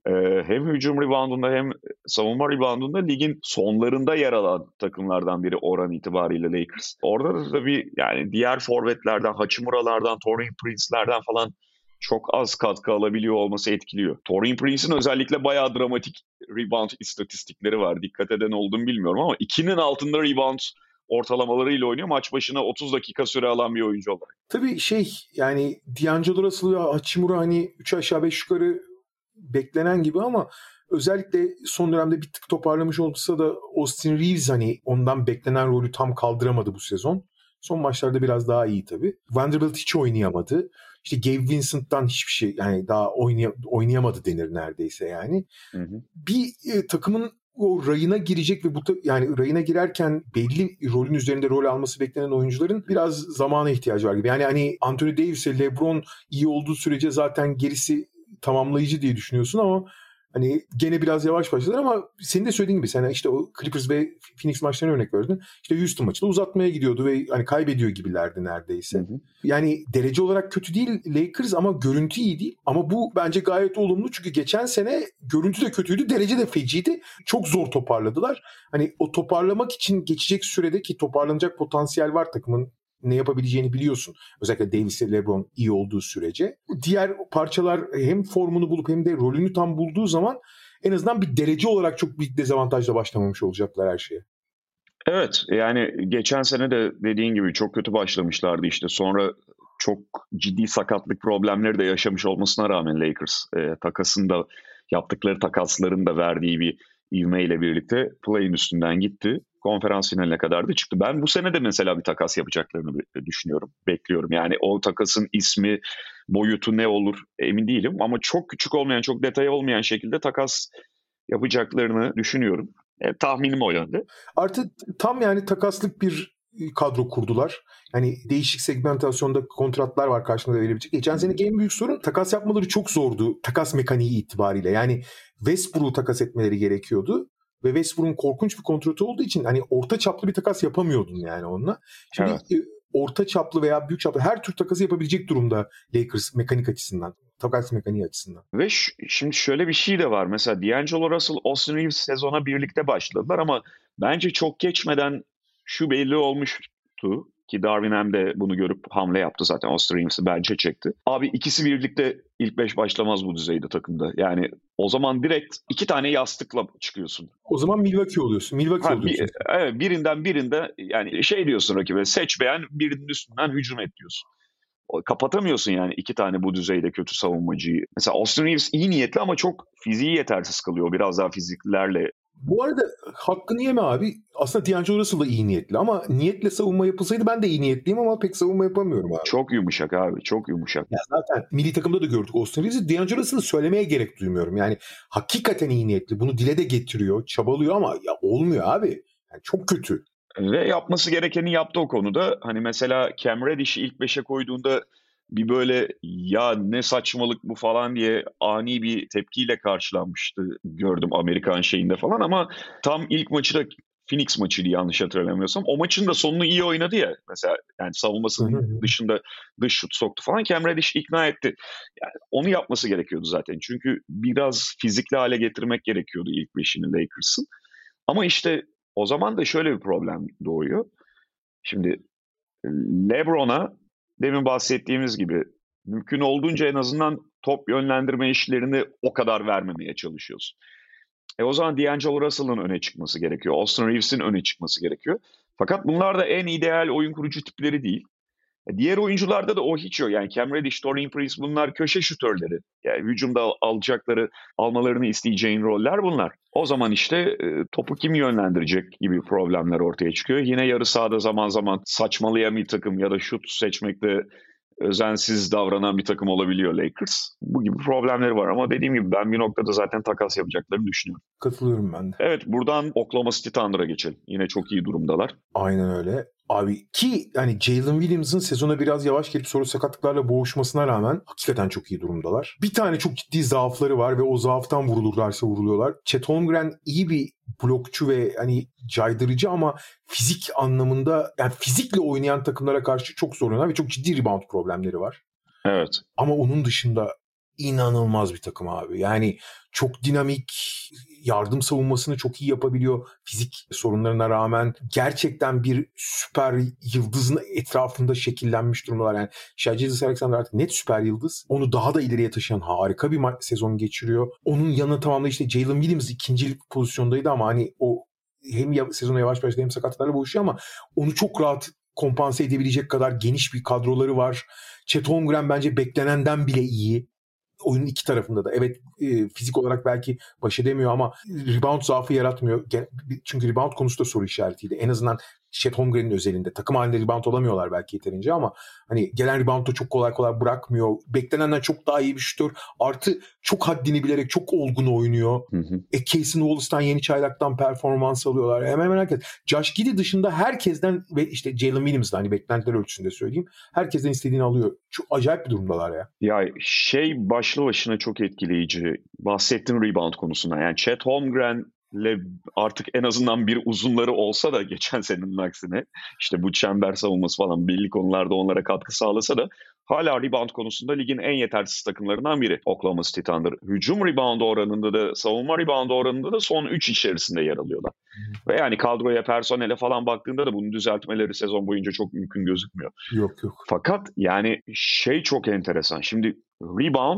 Hem hücum reboundunda hem savunma reboundunda ligin sonlarında yer alan takımlardan biri oran itibariyle Lakers. Orada da tabii yani diğer forvetlerden, Hachimura'lardan, Taurean Prince'lerden falan çok az katkı alabiliyor olması etkiliyor. Taurean Prince'in özellikle bayağı dramatik rebound istatistikleri var. Dikkat eden olduğunu bilmiyorum ama ikinin altında rebound ortalamalarıyla oynuyor. Maç başına otuz dakika süre alan bir oyuncu olarak. Tabii şey yani D'Angelo Russell ve Hachimura hani üç aşağı beş yukarı beklenen gibi ama özellikle son dönemde bir tık toparlamış olsa da Austin Reeves hani ondan beklenen rolü tam kaldıramadı bu sezon. Son maçlarda biraz daha iyi tabii. Vanderbilt hiç oynayamadı. İşte Gabe Vincent'tan hiçbir şey yani daha oynay- oynayamadı denir neredeyse yani. Hı hı. Bir e, takımın o rayına girecek ve bu ta- yani rayına girerken belli rolün üzerinde rol alması beklenen oyuncuların biraz zamana ihtiyacı var gibi. Yani hani Anthony Davis'e LeBron iyi olduğu sürece zaten gerisi tamamlayıcı diye düşünüyorsun ama hani gene biraz yavaş başladılar ama senin de söylediğin gibi sen işte o Clippers ve Phoenix maçlarına örnek verdin. İşte Houston maçında uzatmaya gidiyordu ve hani kaybediyor gibilerdi neredeyse. Hı hı. Yani derece olarak kötü değil Lakers ama görüntü iyi değil. Ama bu bence gayet olumlu çünkü geçen sene görüntü de kötüydü, derece de feciydi. Çok zor toparladılar. Hani o toparlamak için geçecek sürede ki toparlanacak potansiyel var takımın. Ne yapabileceğini biliyorsun. Özellikle Davis ve LeBron iyi olduğu sürece. Diğer parçalar hem formunu bulup hem de rolünü tam bulduğu zaman en azından bir derece olarak çok büyük dezavantajla başlamamış olacaklar her şeye. Evet yani geçen sene de dediğin gibi çok kötü başlamışlardı işte sonra çok ciddi sakatlık problemleri de yaşamış olmasına rağmen Lakers e, takasında yaptıkları takasların da verdiği bir ivmeyle birlikte play-in üstünden gitti. Konferans finaline kadar da çıktı. Ben bu sene de mesela bir takas yapacaklarını düşünüyorum, bekliyorum. Yani o takasın ismi, boyutu ne olur emin değilim ama çok küçük olmayan, çok detay olmayan şekilde takas yapacaklarını düşünüyorum. E, tahminim o yönde. Artı tam yani takaslık bir kadro kurdular. Yani değişik segmentasyonda kontratlar var karşılığında verebilecek. Geçen seneki en büyük sorun takas yapmaları çok zordu. Takas mekaniği itibariyle. Yani Westbrook'u takas etmeleri gerekiyordu. Ve Westbrook'un korkunç bir kontratı olduğu için hani orta çaplı bir takas yapamıyordun yani onunla. Şimdi evet. Orta çaplı veya büyük çaplı her tür takası yapabilecek durumda Lakers mekanik açısından. Takas mekaniği açısından. Ve ş- şimdi şöyle bir şey de var. Mesela D'Angelo Russell, Austin Reeves sezona birlikte başladılar ama bence çok geçmeden şu belli olmuştu ki Darvin Ham de bunu görüp hamle yaptı zaten. Austin Reeves'i bence çekti. Abi ikisi birlikte ilk beş başlamaz bu düzeyde takımda. Yani o zaman direkt iki tane yastıkla çıkıyorsun. O zaman Milwaukee oluyorsun. Milwaukee ha, oluyorsun. Bir, evet, birinden birinde yani şey diyorsun rakibe, seç beğen, birinin üstünden hücum et diyorsun. Kapatamıyorsun yani iki tane bu düzeyde kötü savunmacıyı. Mesela Austin Reeves iyi niyetli ama çok fiziği yetersiz kalıyor. Biraz daha fiziklilerle. Bu arada hakkını yeme abi. Aslında D'Angelo Russell da iyi niyetli ama niyetle savunma yapılsaydı ben de iyi niyetliyim ama pek savunma yapamıyorum abi. Çok yumuşak abi. Çok yumuşak. Ya zaten milli takımda da gördük Austin Reeves'i. D'Angelo Russell'ı söylemeye gerek duymuyorum. Yani hakikaten iyi niyetli. Bunu dile de getiriyor, çabalıyor ama ya olmuyor abi. Yani çok kötü. Ve yapması gerekeni yaptı o konuda. Hani mesela Cam Reddish'i ilk beşe koyduğunda bir böyle ya ne saçmalık bu falan diye ani bir tepkiyle karşılanmıştı, gördüm Amerikan şeyinde falan ama tam ilk maçı da Phoenix maçıydı yanlış hatırlamıyorsam. O maçın da sonunu iyi oynadı ya mesela, yani savunmasının dışında dış şut soktu falan. Cam Reddish ikna etti. Yani onu yapması gerekiyordu zaten. Çünkü biraz fizikli hale getirmek gerekiyordu ilk beşini Lakers'ın. Ama işte o zaman da şöyle bir problem doğuyor. Şimdi LeBron'a demin bahsettiğimiz gibi mümkün olduğunca en azından top yönlendirme işlerini o kadar vermemeye çalışıyorsun. E o zaman D'Angelo Russell'ın öne çıkması gerekiyor. Austin Reeves'in öne çıkması gerekiyor. Fakat bunlar da en ideal oyun kurucu tipleri değil. E diğer oyuncularda da o hiç yok. Yani Cam Reddish, Taurean Prince bunlar köşe şutörleri. Yani hücumda alacakları, almalarını isteyeceğin roller bunlar. O zaman işte e, topu kim yönlendirecek gibi problemler ortaya çıkıyor. Yine yarı sahada zaman zaman saçmalayan bir takım ya da şut seçmekte özensiz davranan bir takım olabiliyor Lakers. Bu gibi problemleri var ama dediğim gibi ben bir noktada zaten takas yapacaklarını düşünüyorum. Katılıyorum ben de. Evet, buradan Oklahoma City Thunder'a geçelim. Yine çok iyi durumdalar. Aynen öyle. Abi ki yani Jalen Williams'ın sezona biraz yavaş gelip sonra sakatlıklarla boğuşmasına rağmen hakikaten çok iyi durumdalar. Bir tane çok ciddi zaafları var ve o zaaftan vurulurlarsa vuruluyorlar. Chet Holmgren iyi bir blokçu ve hani caydırıcı ama fizik anlamında yani fizikle oynayan takımlara karşı çok zorlanıyor ve çok ciddi rebound problemleri var. Evet. Ama onun dışında inanılmaz bir takım abi. Yani çok dinamik, yardım savunmasını çok iyi yapabiliyor. Fizik sorunlarına rağmen gerçekten bir süper yıldızın etrafında şekillenmiş durumdalar. Yani Shai Gilgeous-Alexander artık net süper yıldız. Onu daha da ileriye taşıyan harika bir ma- sezon geçiriyor. Onun yanına tamamda işte Jalen Williams ikinci pozisyondaydı ama hani o hem ya- sezona yavaş başladı hem sakatlıklarla boğuşuyor ama onu çok rahat kompanse edebilecek kadar geniş bir kadroları var. Chet Holmgren bence beklenenden bile iyi. Oyunun iki tarafında da. Evet e, fizik olarak belki baş edemiyor ama rebound zaafı yaratmıyor. Çünkü rebound konusu da soru işaretiydi. En azından Chet Holmgren'in özelinde. Takım halinde rebound olamıyorlar belki yeterince ama hani gelen rebound da çok kolay kolay bırakmıyor. Beklenenden çok daha iyi bir şutör. Artı çok haddini bilerek çok olgun oynuyor. Hı hı. E, Casey Wallace'tan, Yeni Çaylak'tan performans alıyorlar. Hemen hemen herkes. Josh Giddey dışında herkesten ve işte Jalen Williams'dan hani beklentiler ölçüsünde söyleyeyim. Herkesten istediğini alıyor. Çok acayip bir durumdalar ya. Ya şey başlı başına çok etkileyici. Bahsettiğin rebound konusunda. Yani Chet Holmgren'le artık en azından bir uzunları olsa da geçen senenin aksine işte bu çember savunması falan belli konularda onlara katkı sağlasa da hala rebound konusunda ligin en yetersiz takımlarından biri Oklahoma City Thunder. Hücum rebound oranında da savunma rebound oranında da son üç içerisinde yer alıyorlar. Hmm. Ve yani kadroya, personele falan baktığında da bunun düzeltmeleri sezon boyunca çok mümkün gözükmüyor. Yok yok. Fakat yani şey çok enteresan. Şimdi rebound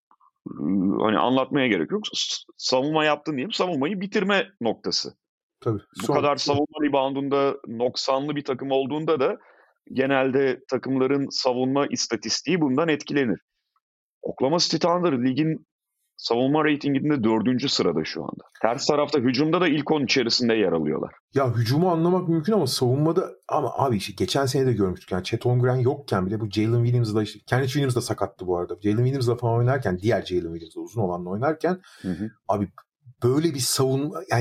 hani anlatmaya gerek yok. Savunma yaptın diyeyim. Savunmayı bitirme noktası. Tabii. Bu Son, kadar savunma reboundunda noksanlı bir takım olduğunda da genelde takımların savunma istatistiği bundan etkilenir. Oklahoma City Thunder ligin savunma reytinginde dördüncü sırada şu anda. Ters tarafta hücumda da ilk on içerisinde yer alıyorlar. Ya hücumu anlamak mümkün ama savunmada ama abi işte geçen sene de görmüştük. Yani Chet Holmgren yokken bile bu Jalen Williams'la işte Kenneth Williams da sakattı bu arada. Jalen Williams'la falan oynarken diğer Jalen Williams'la uzun olanla oynarken hı hı. Abi böyle bir savunma yani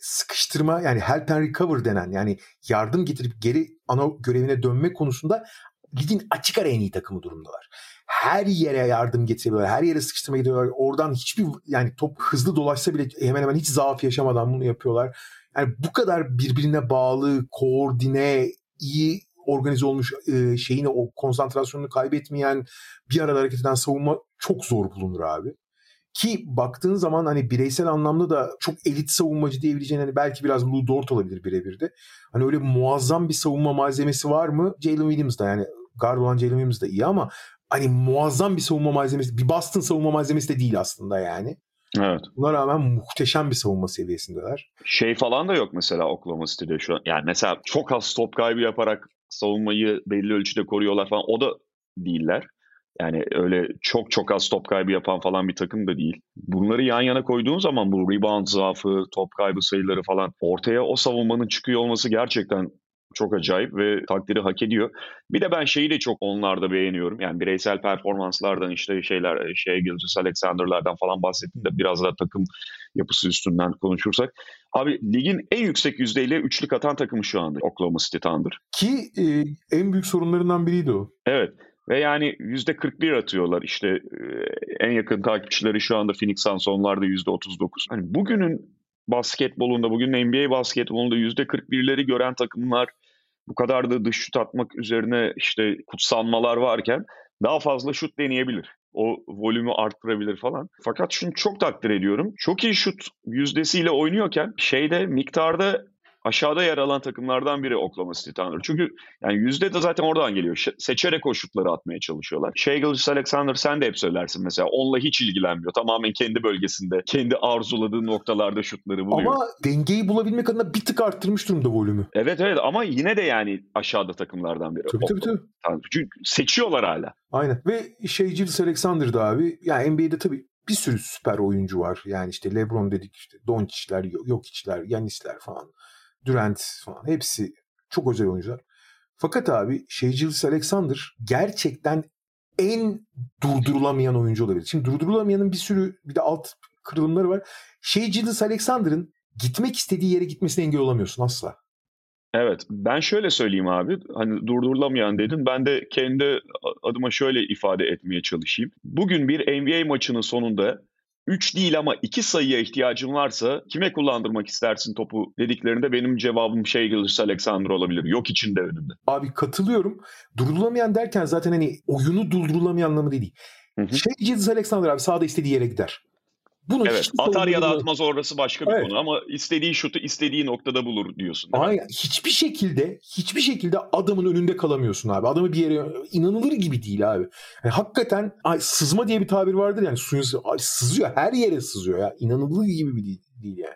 sıkıştırma yani help and recover denen yani yardım getirip geri ana görevine dönme konusunda ligin açık ara en iyi takımı durumdalar. Her yere yardım getiriyorlar. Her yere sıkıştırma gidiyorlar. Oradan hiçbir yani top hızlı dolaşsa bile hemen hemen hiç zaaf yaşamadan bunu yapıyorlar. Yani bu kadar birbirine bağlı, koordine, iyi organize olmuş e, şeyini o konsantrasyonunu kaybetmeyen bir arada hareket eden savunma çok zor bulunur abi. Ki baktığın zaman hani bireysel anlamda da çok elit savunmacı diyebileceğin hani belki biraz Lou Dort olabilir birebir de. Hani öyle muazzam bir savunma malzemesi var mı? Jalen Williams da yani guard olan Jalen Williams da iyi ama hani muazzam bir savunma malzemesi, bir Boston savunma malzemesi de değil aslında yani. Evet. Buna rağmen muhteşem bir savunma seviyesindeler. Şey falan da yok mesela Oklahoma City'de şu an. Yani mesela çok az top kaybı yaparak savunmayı belli ölçüde koruyorlar falan. O da değiller. Yani öyle çok çok az top kaybı yapan falan bir takım da değil. Bunları yan yana koyduğun zaman bu rebound zaafı, top kaybı sayıları falan ortaya o savunmanın çıkıyor olması gerçekten çok acayip ve takdiri hak ediyor. Bir de ben şeyi de çok onlarda beğeniyorum. Yani bireysel performanslardan işte şeyler, şey Gilgeous-Alexander'lardan falan bahsettim de biraz da takım yapısı üstünden konuşursak. Abi ligin en yüksek yüzdeyle üçlük atan takımı şu anda Oklahoma City Thunder. Ki e, en büyük sorunlarından biriydi o. Evet. Ve yani yüzde kırk bir atıyorlar. İşte e, en yakın takipçileri şu anda Phoenix Suns, onlar da yüzde otuz dokuz. Hani bugünün basketbolunda, bugünün N B A basketbolunda yüzde kırk birleri gören takımlar, bu kadar da dış şut atmak üzerine işte kutsanmalar varken daha fazla şut deneyebilir. O volümü arttırabilir falan. Fakat şunu çok takdir ediyorum. Çok iyi şut yüzdesiyle oynuyorken şeyde miktarda aşağıda yer alan takımlardan biri Oklahoma City Thunder. Çünkü yani yüzde de zaten oradan geliyor. Seçerek o şutları atmaya çalışıyorlar. Shai Gilgeous-Alexander sen de hep söylersin mesela. Onunla hiç ilgilenmiyor. Tamamen kendi bölgesinde, kendi arzuladığı noktalarda şutları buluyor. Ama dengeyi bulabilmek adına bir tık arttırmış durumda volümü. Evet evet ama yine de yani aşağıda takımlardan biri. Tabii tabii tabii. Çünkü seçiyorlar hala. Aynen. Ve Shai Gilgeous-Alexander'da abi yani N B A'de tabii bir sürü süper oyuncu var. Yani işte LeBron dedik, işte Doncic'ler, Jokic'ler, Giannis'ler falan. Durant falan. Hepsi çok özel oyuncular. Fakat abi Shai Gilgeous-Alexander gerçekten en durdurulamayan oyuncu olabilir. Şimdi durdurulamayanın bir sürü bir de alt kırılımları var. Shai Gilgeous-Alexander'ın gitmek istediği yere gitmesine engel olamıyorsun asla. Evet, ben şöyle söyleyeyim abi, hani durdurulamayan dedin, ben de kendi adıma şöyle ifade etmeye çalışayım. Bugün bir N B A maçının sonunda üç değil ama iki sayıya ihtiyacın varsa kime kullandırmak istersin topu dediklerinde benim cevabım Shai Gilgeous-Alexander olabilir. Yok içinde önünde. Abi katılıyorum. Durdurulamayan derken zaten hani oyunu durdurulamayan anlamı değil. Shai Gilgeous-Alexander abi sahada istediği yere gider. Bunu evet, atar ya da atmaz orası başka bir evet. konu ama istediği şutu istediği noktada bulur diyorsun. Aynen. Hiçbir şekilde hiçbir şekilde adamın önünde kalamıyorsun abi. Adamı bir yere inanılır gibi değil abi. Yani hakikaten ay, sızma diye bir tabir vardır yani suyun ay, sızıyor. Her yere sızıyor ya. İnanılır gibi bir değil, değil yani.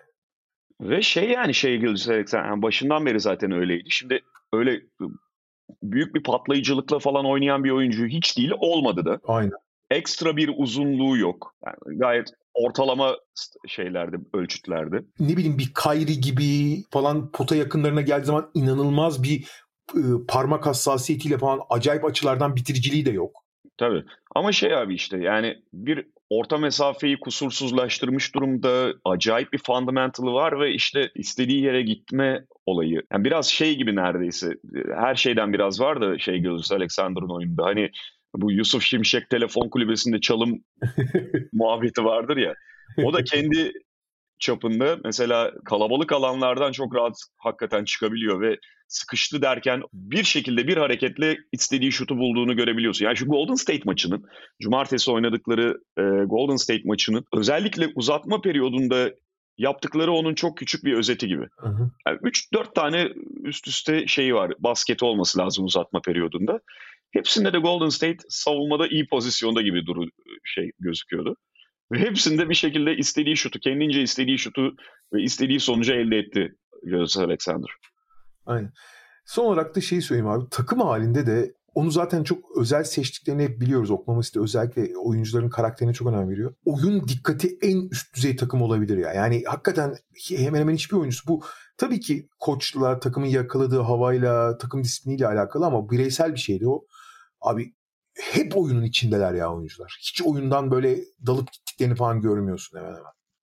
Ve şey yani Shai Gilgeous-Alexander yani başından beri zaten öyleydi. Şimdi öyle büyük bir patlayıcılıkla falan oynayan bir oyuncu hiç değil, olmadı da. Aynen. Ekstra bir uzunluğu yok. Yani gayet ortalama şeylerde, ölçütlerde. Ne bileyim bir Kyrie gibi falan pota yakınlarına geldiği zaman inanılmaz bir e, parmak hassasiyetiyle falan acayip açılardan bitiriciliği de yok. Tabii. Ama şey abi işte yani bir orta mesafeyi kusursuzlaştırmış durumda, acayip bir fundamental'ı var ve işte istediği yere gitme olayı. Yani biraz şey gibi neredeyse. Her şeyden biraz var da şey Gilgeous-Alexander'ın oyunda. Hani bu Yusuf Şimşek telefon kulübesinde çalım muhabbeti vardır ya. O da kendi çapında mesela kalabalık alanlardan çok rahat hakikaten çıkabiliyor ve sıkıştı derken bir şekilde bir hareketle istediği şutu bulduğunu görebiliyorsun. Yani şu Golden State maçının, cumartesi oynadıkları e, Golden State maçının özellikle uzatma periyodunda yaptıkları onun çok küçük bir özeti gibi. Yani üç dört tane üst üste şeyi var, basketi olması lazım uzatma periyodunda. Hepsinde de Golden State savunmada iyi pozisyonda gibi duru şey gözüküyordu. Ve hepsinde bir şekilde istediği şutu, kendince istediği şutu ve istediği sonucu elde etti Gilgeous-Alexander. Aynen. Son olarak da şeyi söyleyeyim abi. Takım halinde de onu zaten çok özel seçtiklerini hep biliyoruz. Oklahoma City özellikle oyuncuların karakterine çok önem veriyor. Oyun dikkati en üst düzey takım olabilir ya. Yani hakikaten hemen hemen hiçbir oyuncusu bu tabii ki koçla, takımın yakaladığı havayla, takım disipliniyle alakalı ama bireysel bir şeydi o. Abi hep oyunun içindeler ya oyuncular. Hiç oyundan böyle dalıp gittiklerini falan görmüyorsun hemen hemen.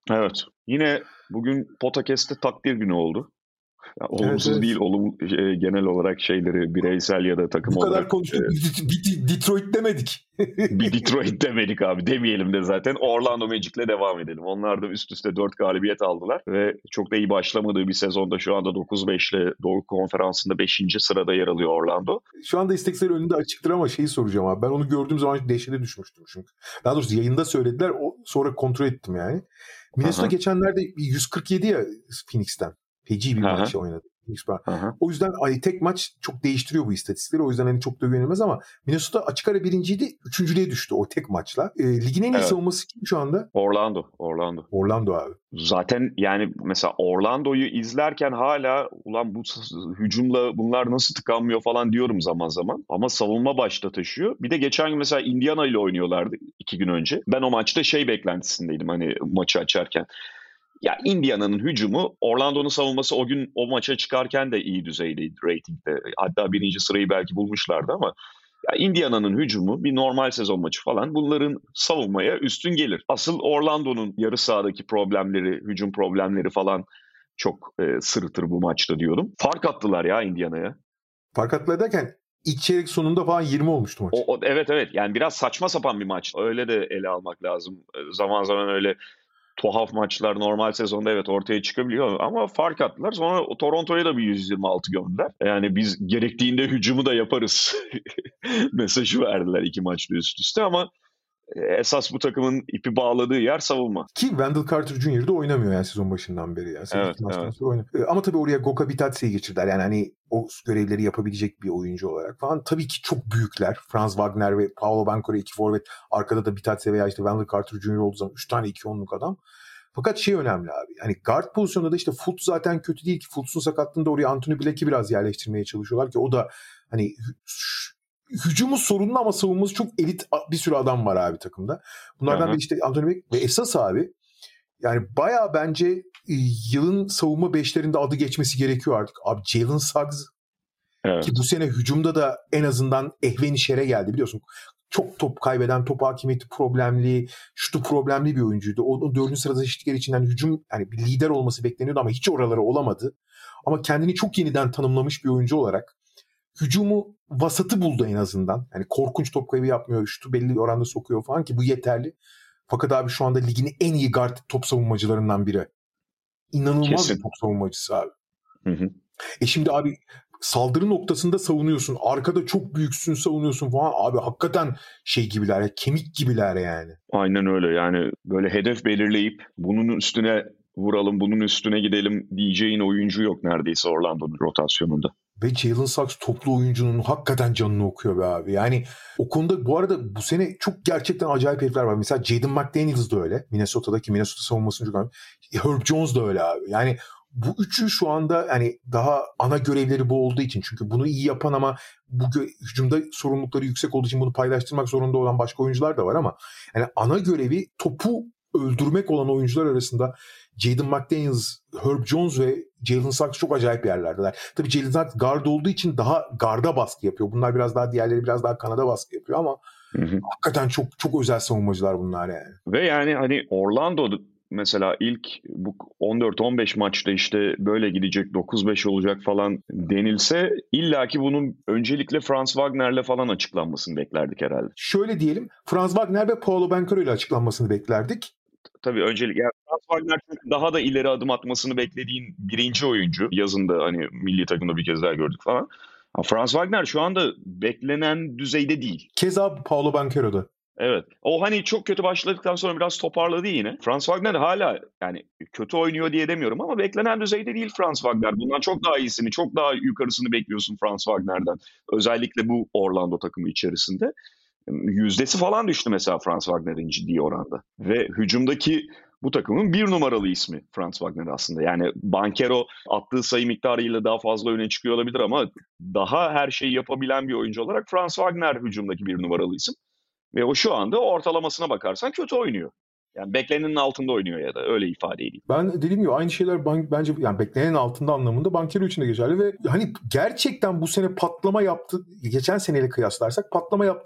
Evet. Yine bugün Podcast'te takdir günü oldu. Yani olumsuz evet, evet. değil, olum e, genel olarak şeyleri bireysel ya da takım Bu olarak. Bu kadar konuştuk. E, bir Detroit demedik. bir Detroit demedik abi. Demeyelim de zaten. Orlando Magic'le devam edelim. Onlar da üst üste dört galibiyet aldılar ve çok da iyi başlamadığı bir sezonda şu anda dokuz beşle Doğu Konferansı'nda beşinci sırada yer alıyor Orlando. Şu anda istekleri önünde açıktır ama şeyi soracağım abi. Ben onu gördüğüm zaman dehşete düşmüştüm çünkü. Daha doğrusu yayında söylediler. O, sonra kontrol ettim yani. Minnesota Aha. geçenlerde yüz kırk yedi ya Phoenix'ten. Feci bir Aha. maç oynadı. Aha. O yüzden ay, tek maç çok değiştiriyor bu istatistikleri. O yüzden hani çok da güvenilmez ama Minnesota açık ara birinciydi. Üçüncülüğe düştü o tek maçla. E, ligin en iyi evet. savunması kim şu anda? Orlando. Orlando. Orlando abi. Zaten yani mesela Orlando'yu izlerken hala ulan bu hücumla bunlar nasıl tıkanmıyor falan diyorum zaman zaman. Ama savunma başta taşıyor. Bir de geçen gün mesela Indiana ile oynuyorlardı iki gün önce. Ben o maçta şey beklentisindeydim hani maçı açarken. Ya Indiana'nın hücumu, Orlando'nun savunması o gün o maça çıkarken de iyi düzeydeydi ratingde. Hatta birinci sırayı belki bulmuşlardı ama ya Indiana'nın hücumu bir normal sezon maçı falan bunların savunmaya üstün gelir. Asıl Orlando'nun yarı sahadaki problemleri, hücum problemleri falan çok e, sırıtır bu maçta diyorum. Fark attılar ya Indiana'ya. Fark attılar derken ilk çeyrek sonunda falan yirmi olmuştu maç. O, o, evet evet yani biraz saçma sapan bir maç. Öyle de ele almak lazım. Zaman zaman öyle tuhaf maçlar normal sezonda evet ortaya çıkabiliyor ama fark attılar. Sonra Toronto'ya da bir yüz yirmi altı gömdüler. Yani biz gerektiğinde hücumu da yaparız mesajı verdiler iki maçta üst üste ama esas bu takımın ipi bağladığı yer savunma. Ki Wendell Carter Junior da oynamıyor yani sezon başından beri. Yani. Evet, evet. Sonra oynamıyor. Ama tabii oraya Goga Bitadze'yi geçirdiler. Yani hani o görevleri yapabilecek bir oyuncu olarak falan. Tabii ki çok büyükler. Franz Wagner ve Paolo Banchero iki forvet. Arkada da Bitadze veya işte Wendell Carter Junior olduğu zaman üç tane iki onluk adam. Fakat şey önemli abi. Yani guard pozisyonunda da işte Fultz zaten kötü değil ki. Fultz'un sakatlığında oraya Anthony Black'i biraz yerleştirmeye çalışıyorlar ki o da hani hücumu sorunlu ama savunması çok elit bir sürü adam var abi takımda. Bunlardan biri işte Anthony Black ve esas abi yani bayağı bence yılın savunma beşlerinde adı geçmesi gerekiyor artık. Abi Jalen Suggs evet. Ki bu sene hücumda da en azından ehven işere geldi biliyorsun. Çok top kaybeden, top hakimiyeti problemli, şutu problemli bir oyuncuydu. Onun dördüncü sırada seçtikleri için yani hücum yani bir lider olması bekleniyordu ama hiç oraları olamadı. Ama kendini çok yeniden tanımlamış bir oyuncu olarak hücumu vasatı buldu en azından. Yani korkunç top kaybı yapmıyor, şutu belli bir oranda sokuyor falan ki bu yeterli. Fakat abi şu anda ligin en iyi guard top savunmacılarından biri. İnanılmaz Kesin. bir top savunmacısı abi. Hı hı. E şimdi abi saldırı noktasında savunuyorsun. Arkada çok büyüksün savunuyorsun falan. Abi hakikaten şey gibiler, kemik gibiler yani. Aynen öyle yani böyle hedef belirleyip bunun üstüne vuralım, bunun üstüne gidelim diyeceğin oyuncu yok neredeyse Orlando'nun rotasyonunda. Ve Jalen Suggs toplu oyuncunun hakikaten canını okuyor be abi. Yani o konuda bu arada bu sene çok gerçekten acayip herifler var. Mesela Jaden McDaniels da öyle. Minnesota'daki Minnesota savunmasını çok önemli. Herb Jones da öyle abi. Yani bu üçü şu anda hani daha ana görevleri bu olduğu için. Çünkü bunu iyi yapan ama bu gö- hücumda sorumlulukları yüksek olduğu için bunu paylaştırmak zorunda olan başka oyuncular da var ama yani ana görevi topu öldürmek olan oyuncular arasında Jaden McDaniels, Herb Jones ve Jalen Suggs çok acayip yerlerdeler. Tabii Jalen Suggs guard olduğu için daha garda baskı yapıyor. Bunlar biraz daha diğerleri biraz daha kanada baskı yapıyor ama hı hı. hakikaten çok çok özel savunmacılar bunlar yani. Ve yani hani Orlando mesela ilk bu on dört on beş maçta işte böyle gidecek dokuz beş olacak falan denilse illaki bunun öncelikle Franz Wagner'le falan açıklanmasını beklerdik herhalde. Şöyle diyelim Franz Wagner ve Paolo Banchero ile açıklanmasını beklerdik. Tabii öncelikle yani Franz Wagner daha da ileri adım atmasını beklediğin birinci oyuncu. Yazında hani milli takımda bir kez daha gördük falan. Ama Franz Wagner şu anda beklenen düzeyde değil. Keza Paolo Banchero'da. Evet. O hani çok kötü başladıktan sonra biraz toparladı yine. Franz Wagner hala yani kötü oynuyor diye demiyorum ama beklenen düzeyde değil Franz Wagner. Bundan çok daha iyisini, çok daha yukarısını bekliyorsun Franz Wagner'den. Özellikle bu Orlando takımı içerisinde. Yüzdesi falan düştü mesela Franz Wagner'in ciddi oranda. Ve hücumdaki bu takımın bir numaralı ismi Franz Wagner aslında. Yani Banchero attığı sayı miktarıyla daha fazla öne çıkıyor olabilir ama daha her şeyi yapabilen bir oyuncu olarak Franz Wagner hücumdaki bir numaralı isim. Ve o şu anda ortalamasına bakarsan kötü oynuyor. Yani beklenenin altında oynuyor ya da öyle ifade edeyim. Ben dediğim gibi aynı şeyler ban- bence yani beklenenin altında anlamında Banchero için de geçerli ve hani gerçekten bu sene patlama yaptı, geçen seneyle kıyaslarsak patlama yaptığın tek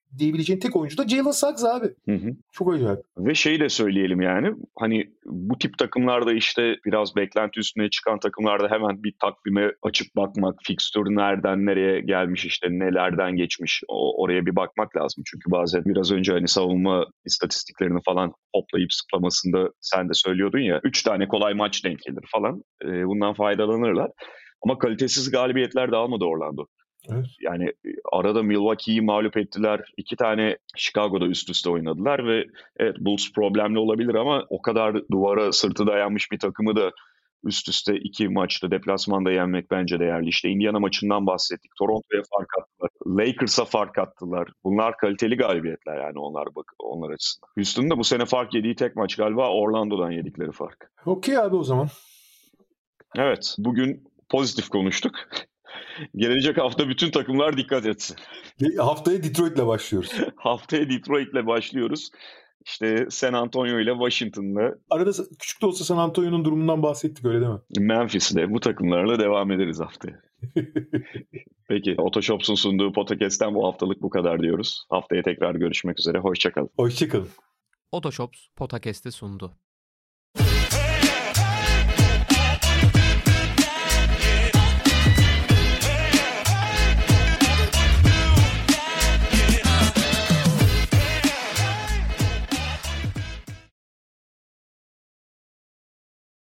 diyebileceğin tek oyuncu da Jalen Suggs abi. Hı hı. Çok acayip. Ve şeyi de söyleyelim yani hani bu tip takımlarda işte biraz beklenti üstüne çıkan takımlarda hemen bir takvime açıp bakmak, fikstür nereden nereye gelmiş işte nelerden geçmiş o, oraya bir bakmak lazım. Çünkü bazen biraz önce hani savunma istatistiklerini falan hoplayıp sıklamasında sen de söylüyordun ya üç tane kolay maç denk gelir falan e, bundan faydalanırlar. Ama kalitesiz galibiyetler de almadı Orlando. Evet. Yani arada Milwaukee'yi mağlup ettiler. İki tane Chicago'da üst üste oynadılar ve evet Bulls problemli olabilir ama o kadar duvara sırtı dayanmış bir takımı da üst üste iki maçta deplasmanda yenmek bence değerli. İşte Indiana maçından bahsettik. Toronto'ya fark attılar. Lakers'a fark attılar. Bunlar kaliteli galibiyetler yani onlar bak onlar açısından. Houston'un da bu sene fark yediği tek maç galiba Orlando'dan yedikleri fark. Okey abi o zaman. Evet, bugün pozitif konuştuk. Gelecek hafta bütün takımlar dikkat etsin. Haftaya Detroit'le başlıyoruz. Haftaya Detroit'le başlıyoruz. İşte San Antonio ile Washington'la. Arada küçük de olsa San Antonio'nun durumundan bahsettik öyle değil mi? Memphis'le bu takımlarla devam ederiz haftaya. Peki Otoshops'un sunduğu podcast'ten bu haftalık bu kadar diyoruz. Haftaya tekrar görüşmek üzere. Hoşçakalın. Hoşçakalın. Otoshops Podcast'ı sundu.